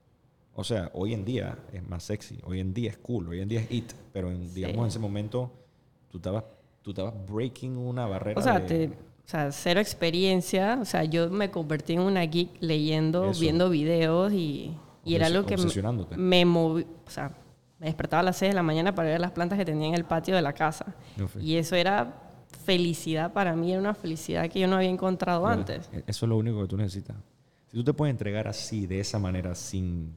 O sea, hoy en día es más sexy. Hoy en día es cool. Hoy en día es it. Pero en, digamos, Sí. en ese momento tú estabas, tú estabas breaking una barrera O sea, de... te, o sea, cero experiencia. O sea, yo me convertí en una geek leyendo, Eso. viendo videos y, y era algo que me, Obsesionándote. me moví. O sea, me despertaba a las seis de la mañana para ver las plantas que tenía en el patio de la casa. No fue. Y eso era felicidad para mí, era una felicidad que yo no había encontrado Claro, antes. eso es lo único que tú necesitas. Si tú te puedes entregar así, de esa manera, sin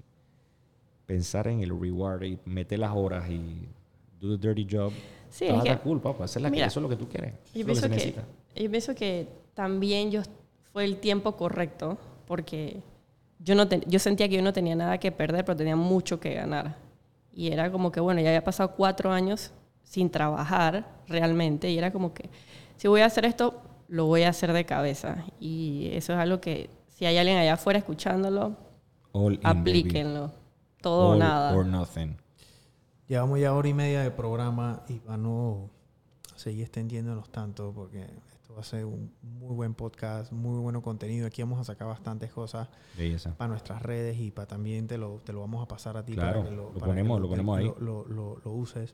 pensar en el reward y meter las horas y do the dirty job, Sí, todo es está que- cool, papá. Hacer la mira, eso es lo que tú quieres. Eso Yo es lo que se pienso que, necesita. yo pienso que también yo fue el tiempo correcto porque yo, no ten- yo sentía que yo no tenía nada que perder, pero tenía mucho que ganar. Y era como que, bueno, ya había pasado cuatro años sin trabajar realmente y era como que, si voy a hacer esto, lo voy a hacer de cabeza. Y eso es algo que, si hay alguien allá afuera escuchándolo, All in, aplíquenlo. baby. Todo o All nada. or nothing. Llevamos ya hora y media de programa y para no seguir extendiéndonos tanto, porque esto va a ser un muy buen podcast, muy bueno contenido. Aquí vamos a sacar bastantes cosas Belleza. para nuestras redes y para también te lo, te lo vamos a pasar a ti Claro, para que lo, lo para ponemos- que lo ponemos ahí. Lo, lo, lo- lo uses.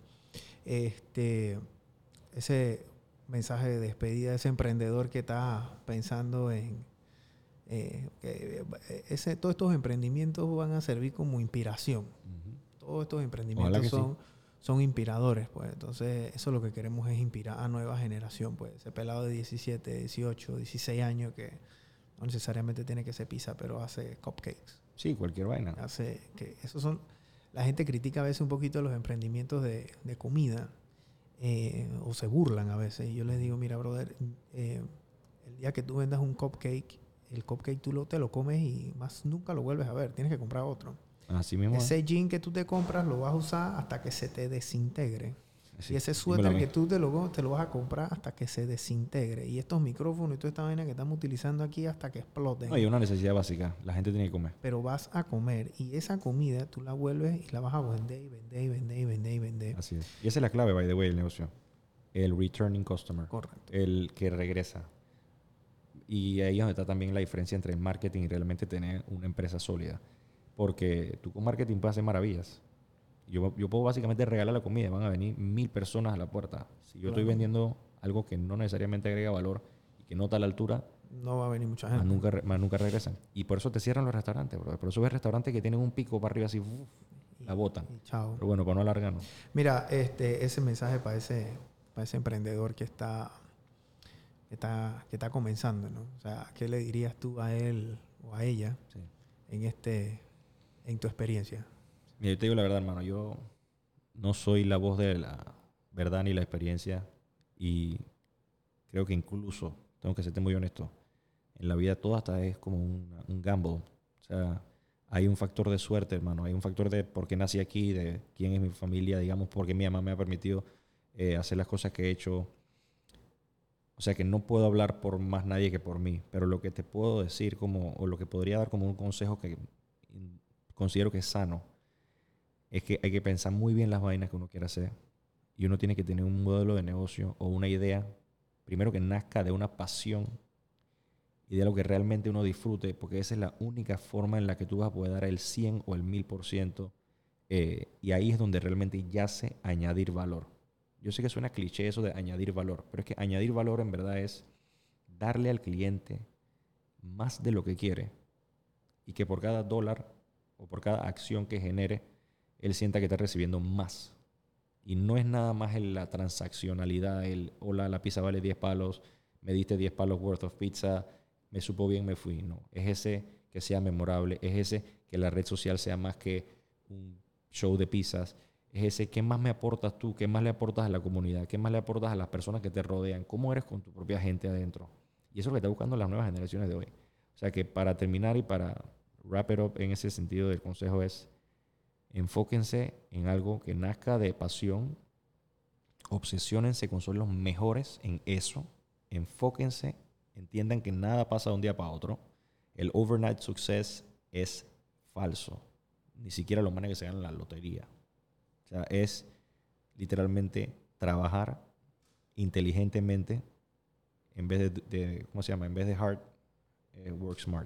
Este, ese mensaje de despedida de ese emprendedor que está pensando en eh, que ese, todos estos emprendimientos van a servir como inspiración. Ujú. Todos estos Ojalá emprendimientos que son, son inspiradores, pues. Entonces, eso lo que queremos es inspirar a nueva generación, pues. Ese pelado de diecisiete, dieciocho, dieciséis años que no necesariamente tiene que ser pizza, pero hace cupcakes. Sí, cualquier vaina. Hace que esos son... La gente critica a veces un poquito los emprendimientos de, de comida eh, o se burlan a veces. Y yo les digo, mira, brother, eh, el día que tú vendas un cupcake, el cupcake tú lo, te lo comes y más nunca lo vuelves a ver. Tienes que comprar otro. Así mismo. es. Ese jean que tú te compras lo vas a usar hasta que se te desintegre. Sí, Y ese dímelo a suéter mí. que tú te lo, te lo vas a comprar hasta que se desintegre. Y estos micrófonos y toda esta vaina que estamos utilizando aquí hasta que exploten. No, y una necesidad básica. La gente tiene que comer. Pero vas a comer y esa comida tú la vuelves y la vas a vender y vender y vender y vender y vender. Así es. Y esa es la clave, by the way, del negocio. El returning customer. Correcto. El que regresa. Y ahí es donde está también la diferencia entre el marketing y realmente tener una empresa sólida. Porque tú con marketing puedes hacer maravillas. Yo, yo puedo básicamente regalar la comida y van a venir mil personas a la puerta. Si yo estoy Claro. vendiendo algo que no necesariamente agrega valor y que no está a la altura, No va a venir mucha más gente. nunca, re- más nunca regresan. Y por eso te cierran los restaurantes, bro. Por eso ves restaurantes que tienen un pico para arriba así, uf, la botan. Y chao. Pero bueno, para no alargarnos. Mira, este, ese mensaje para ese, para ese emprendedor que está, que está, que está comenzando, ¿no? O sea, ¿qué le dirías tú a él o a ella Sí. en este, en tu experiencia? Mira, yo te digo la verdad, hermano. Yo no soy la voz de la verdad ni la experiencia. Y creo que incluso, tengo que serte muy honesto, en la vida todo hasta es como un, un gamble. O sea, hay un factor de suerte, hermano. Hay un factor de por qué nací aquí, de quién es mi familia, digamos, por qué mi mamá me ha permitido eh, hacer las cosas que he hecho. O sea que no puedo hablar por más nadie que por mí, pero lo que te puedo decir como, o lo que podría dar como un consejo que considero que es sano, es que hay que pensar muy bien las vainas que uno quiere hacer y uno tiene que tener un modelo de negocio o una idea, primero que nazca de una pasión y de lo que realmente uno disfrute, porque esa es la única forma en la que tú vas a poder dar el cien o el mil por ciento, eh, y ahí es donde realmente yace añadir valor. Yo sé que suena cliché eso de añadir valor, pero es que añadir valor en verdad es darle al cliente más de lo que quiere y que por cada dólar o por cada acción que genere, él sienta que está recibiendo más. Y no es nada más el, la transaccionalidad, el hola, la pizza vale diez palos, me diste diez palos worth of pizza, me supo bien, me fui. No, es ese que sea memorable, es ese que la red social sea más que un show de pizzas, es ese qué más me aportas tú, qué más le aportas a la comunidad, qué más le aportas a las personas que te rodean, cómo eres con tu propia gente adentro. Y eso es lo que está buscando las nuevas generaciones de hoy. O sea que para terminar y para wrap it up en ese sentido del consejo es enfóquense en algo que nazca de pasión, obsesiónense con ser los mejores en eso, enfóquense, entiendan que nada pasa de un día para otro. El overnight success es falso. Ni siquiera los manes que se ganan la lotería. O sea, es literalmente trabajar inteligentemente en vez de, de ¿cómo se llama? En vez de hard, eh, work smart.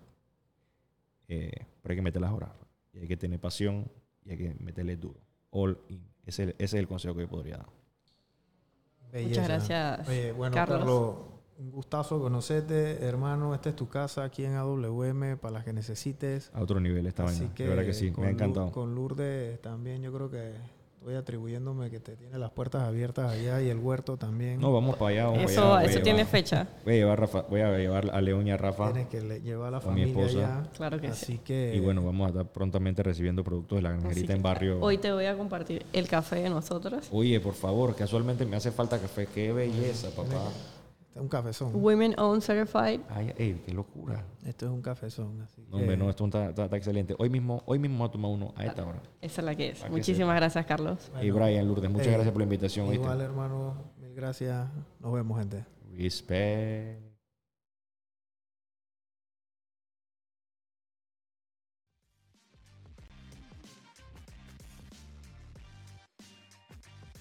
Eh, pero hay que meter las horas. Y hay que tener pasión y hay que meterle duro. All in. Ese, ese es el consejo que yo podría dar. Belleza. Muchas gracias, Oye, bueno, Carlos. Carlos, un gustazo conocerte, hermano. Esta es tu casa aquí en A W M para las que necesites. A otro nivel esta Así vaina. que De verdad que sí, me ha encantado. Lourdes, con Lourdes también yo creo que estoy atribuyéndome que te tiene las puertas abiertas allá y el huerto también. No, vamos para allá. Vamos Eso, para allá. Voy eso a tiene llevar- fecha. Voy a llevar, Rafa, voy a llevar a León y a Rafa. Tienes que le- llevar a la con mi familia esposa. allá. Claro que Así sí. que... Y bueno, vamos a estar prontamente recibiendo productos de la Así granjerita que en barrio. Hoy te voy a compartir el café de nosotros. Oye, por favor, casualmente me hace falta café. Qué belleza, papá. Este es un cafezón. Women Owned Certified. Ay, ey, qué locura. Esto es un cafezón. Así No, que- hombre, no, esto está, está- está excelente. Hoy mismo, hoy mismo voy a tomar uno a esta hora. Esa es la que es. Para que Muchísimas gracias, Carlos. Y Brian, Lourdes, muchas eh, gracias por la invitación. ¿oíste? Igual, hermano. Mil gracias. Nos vemos, gente. Respect.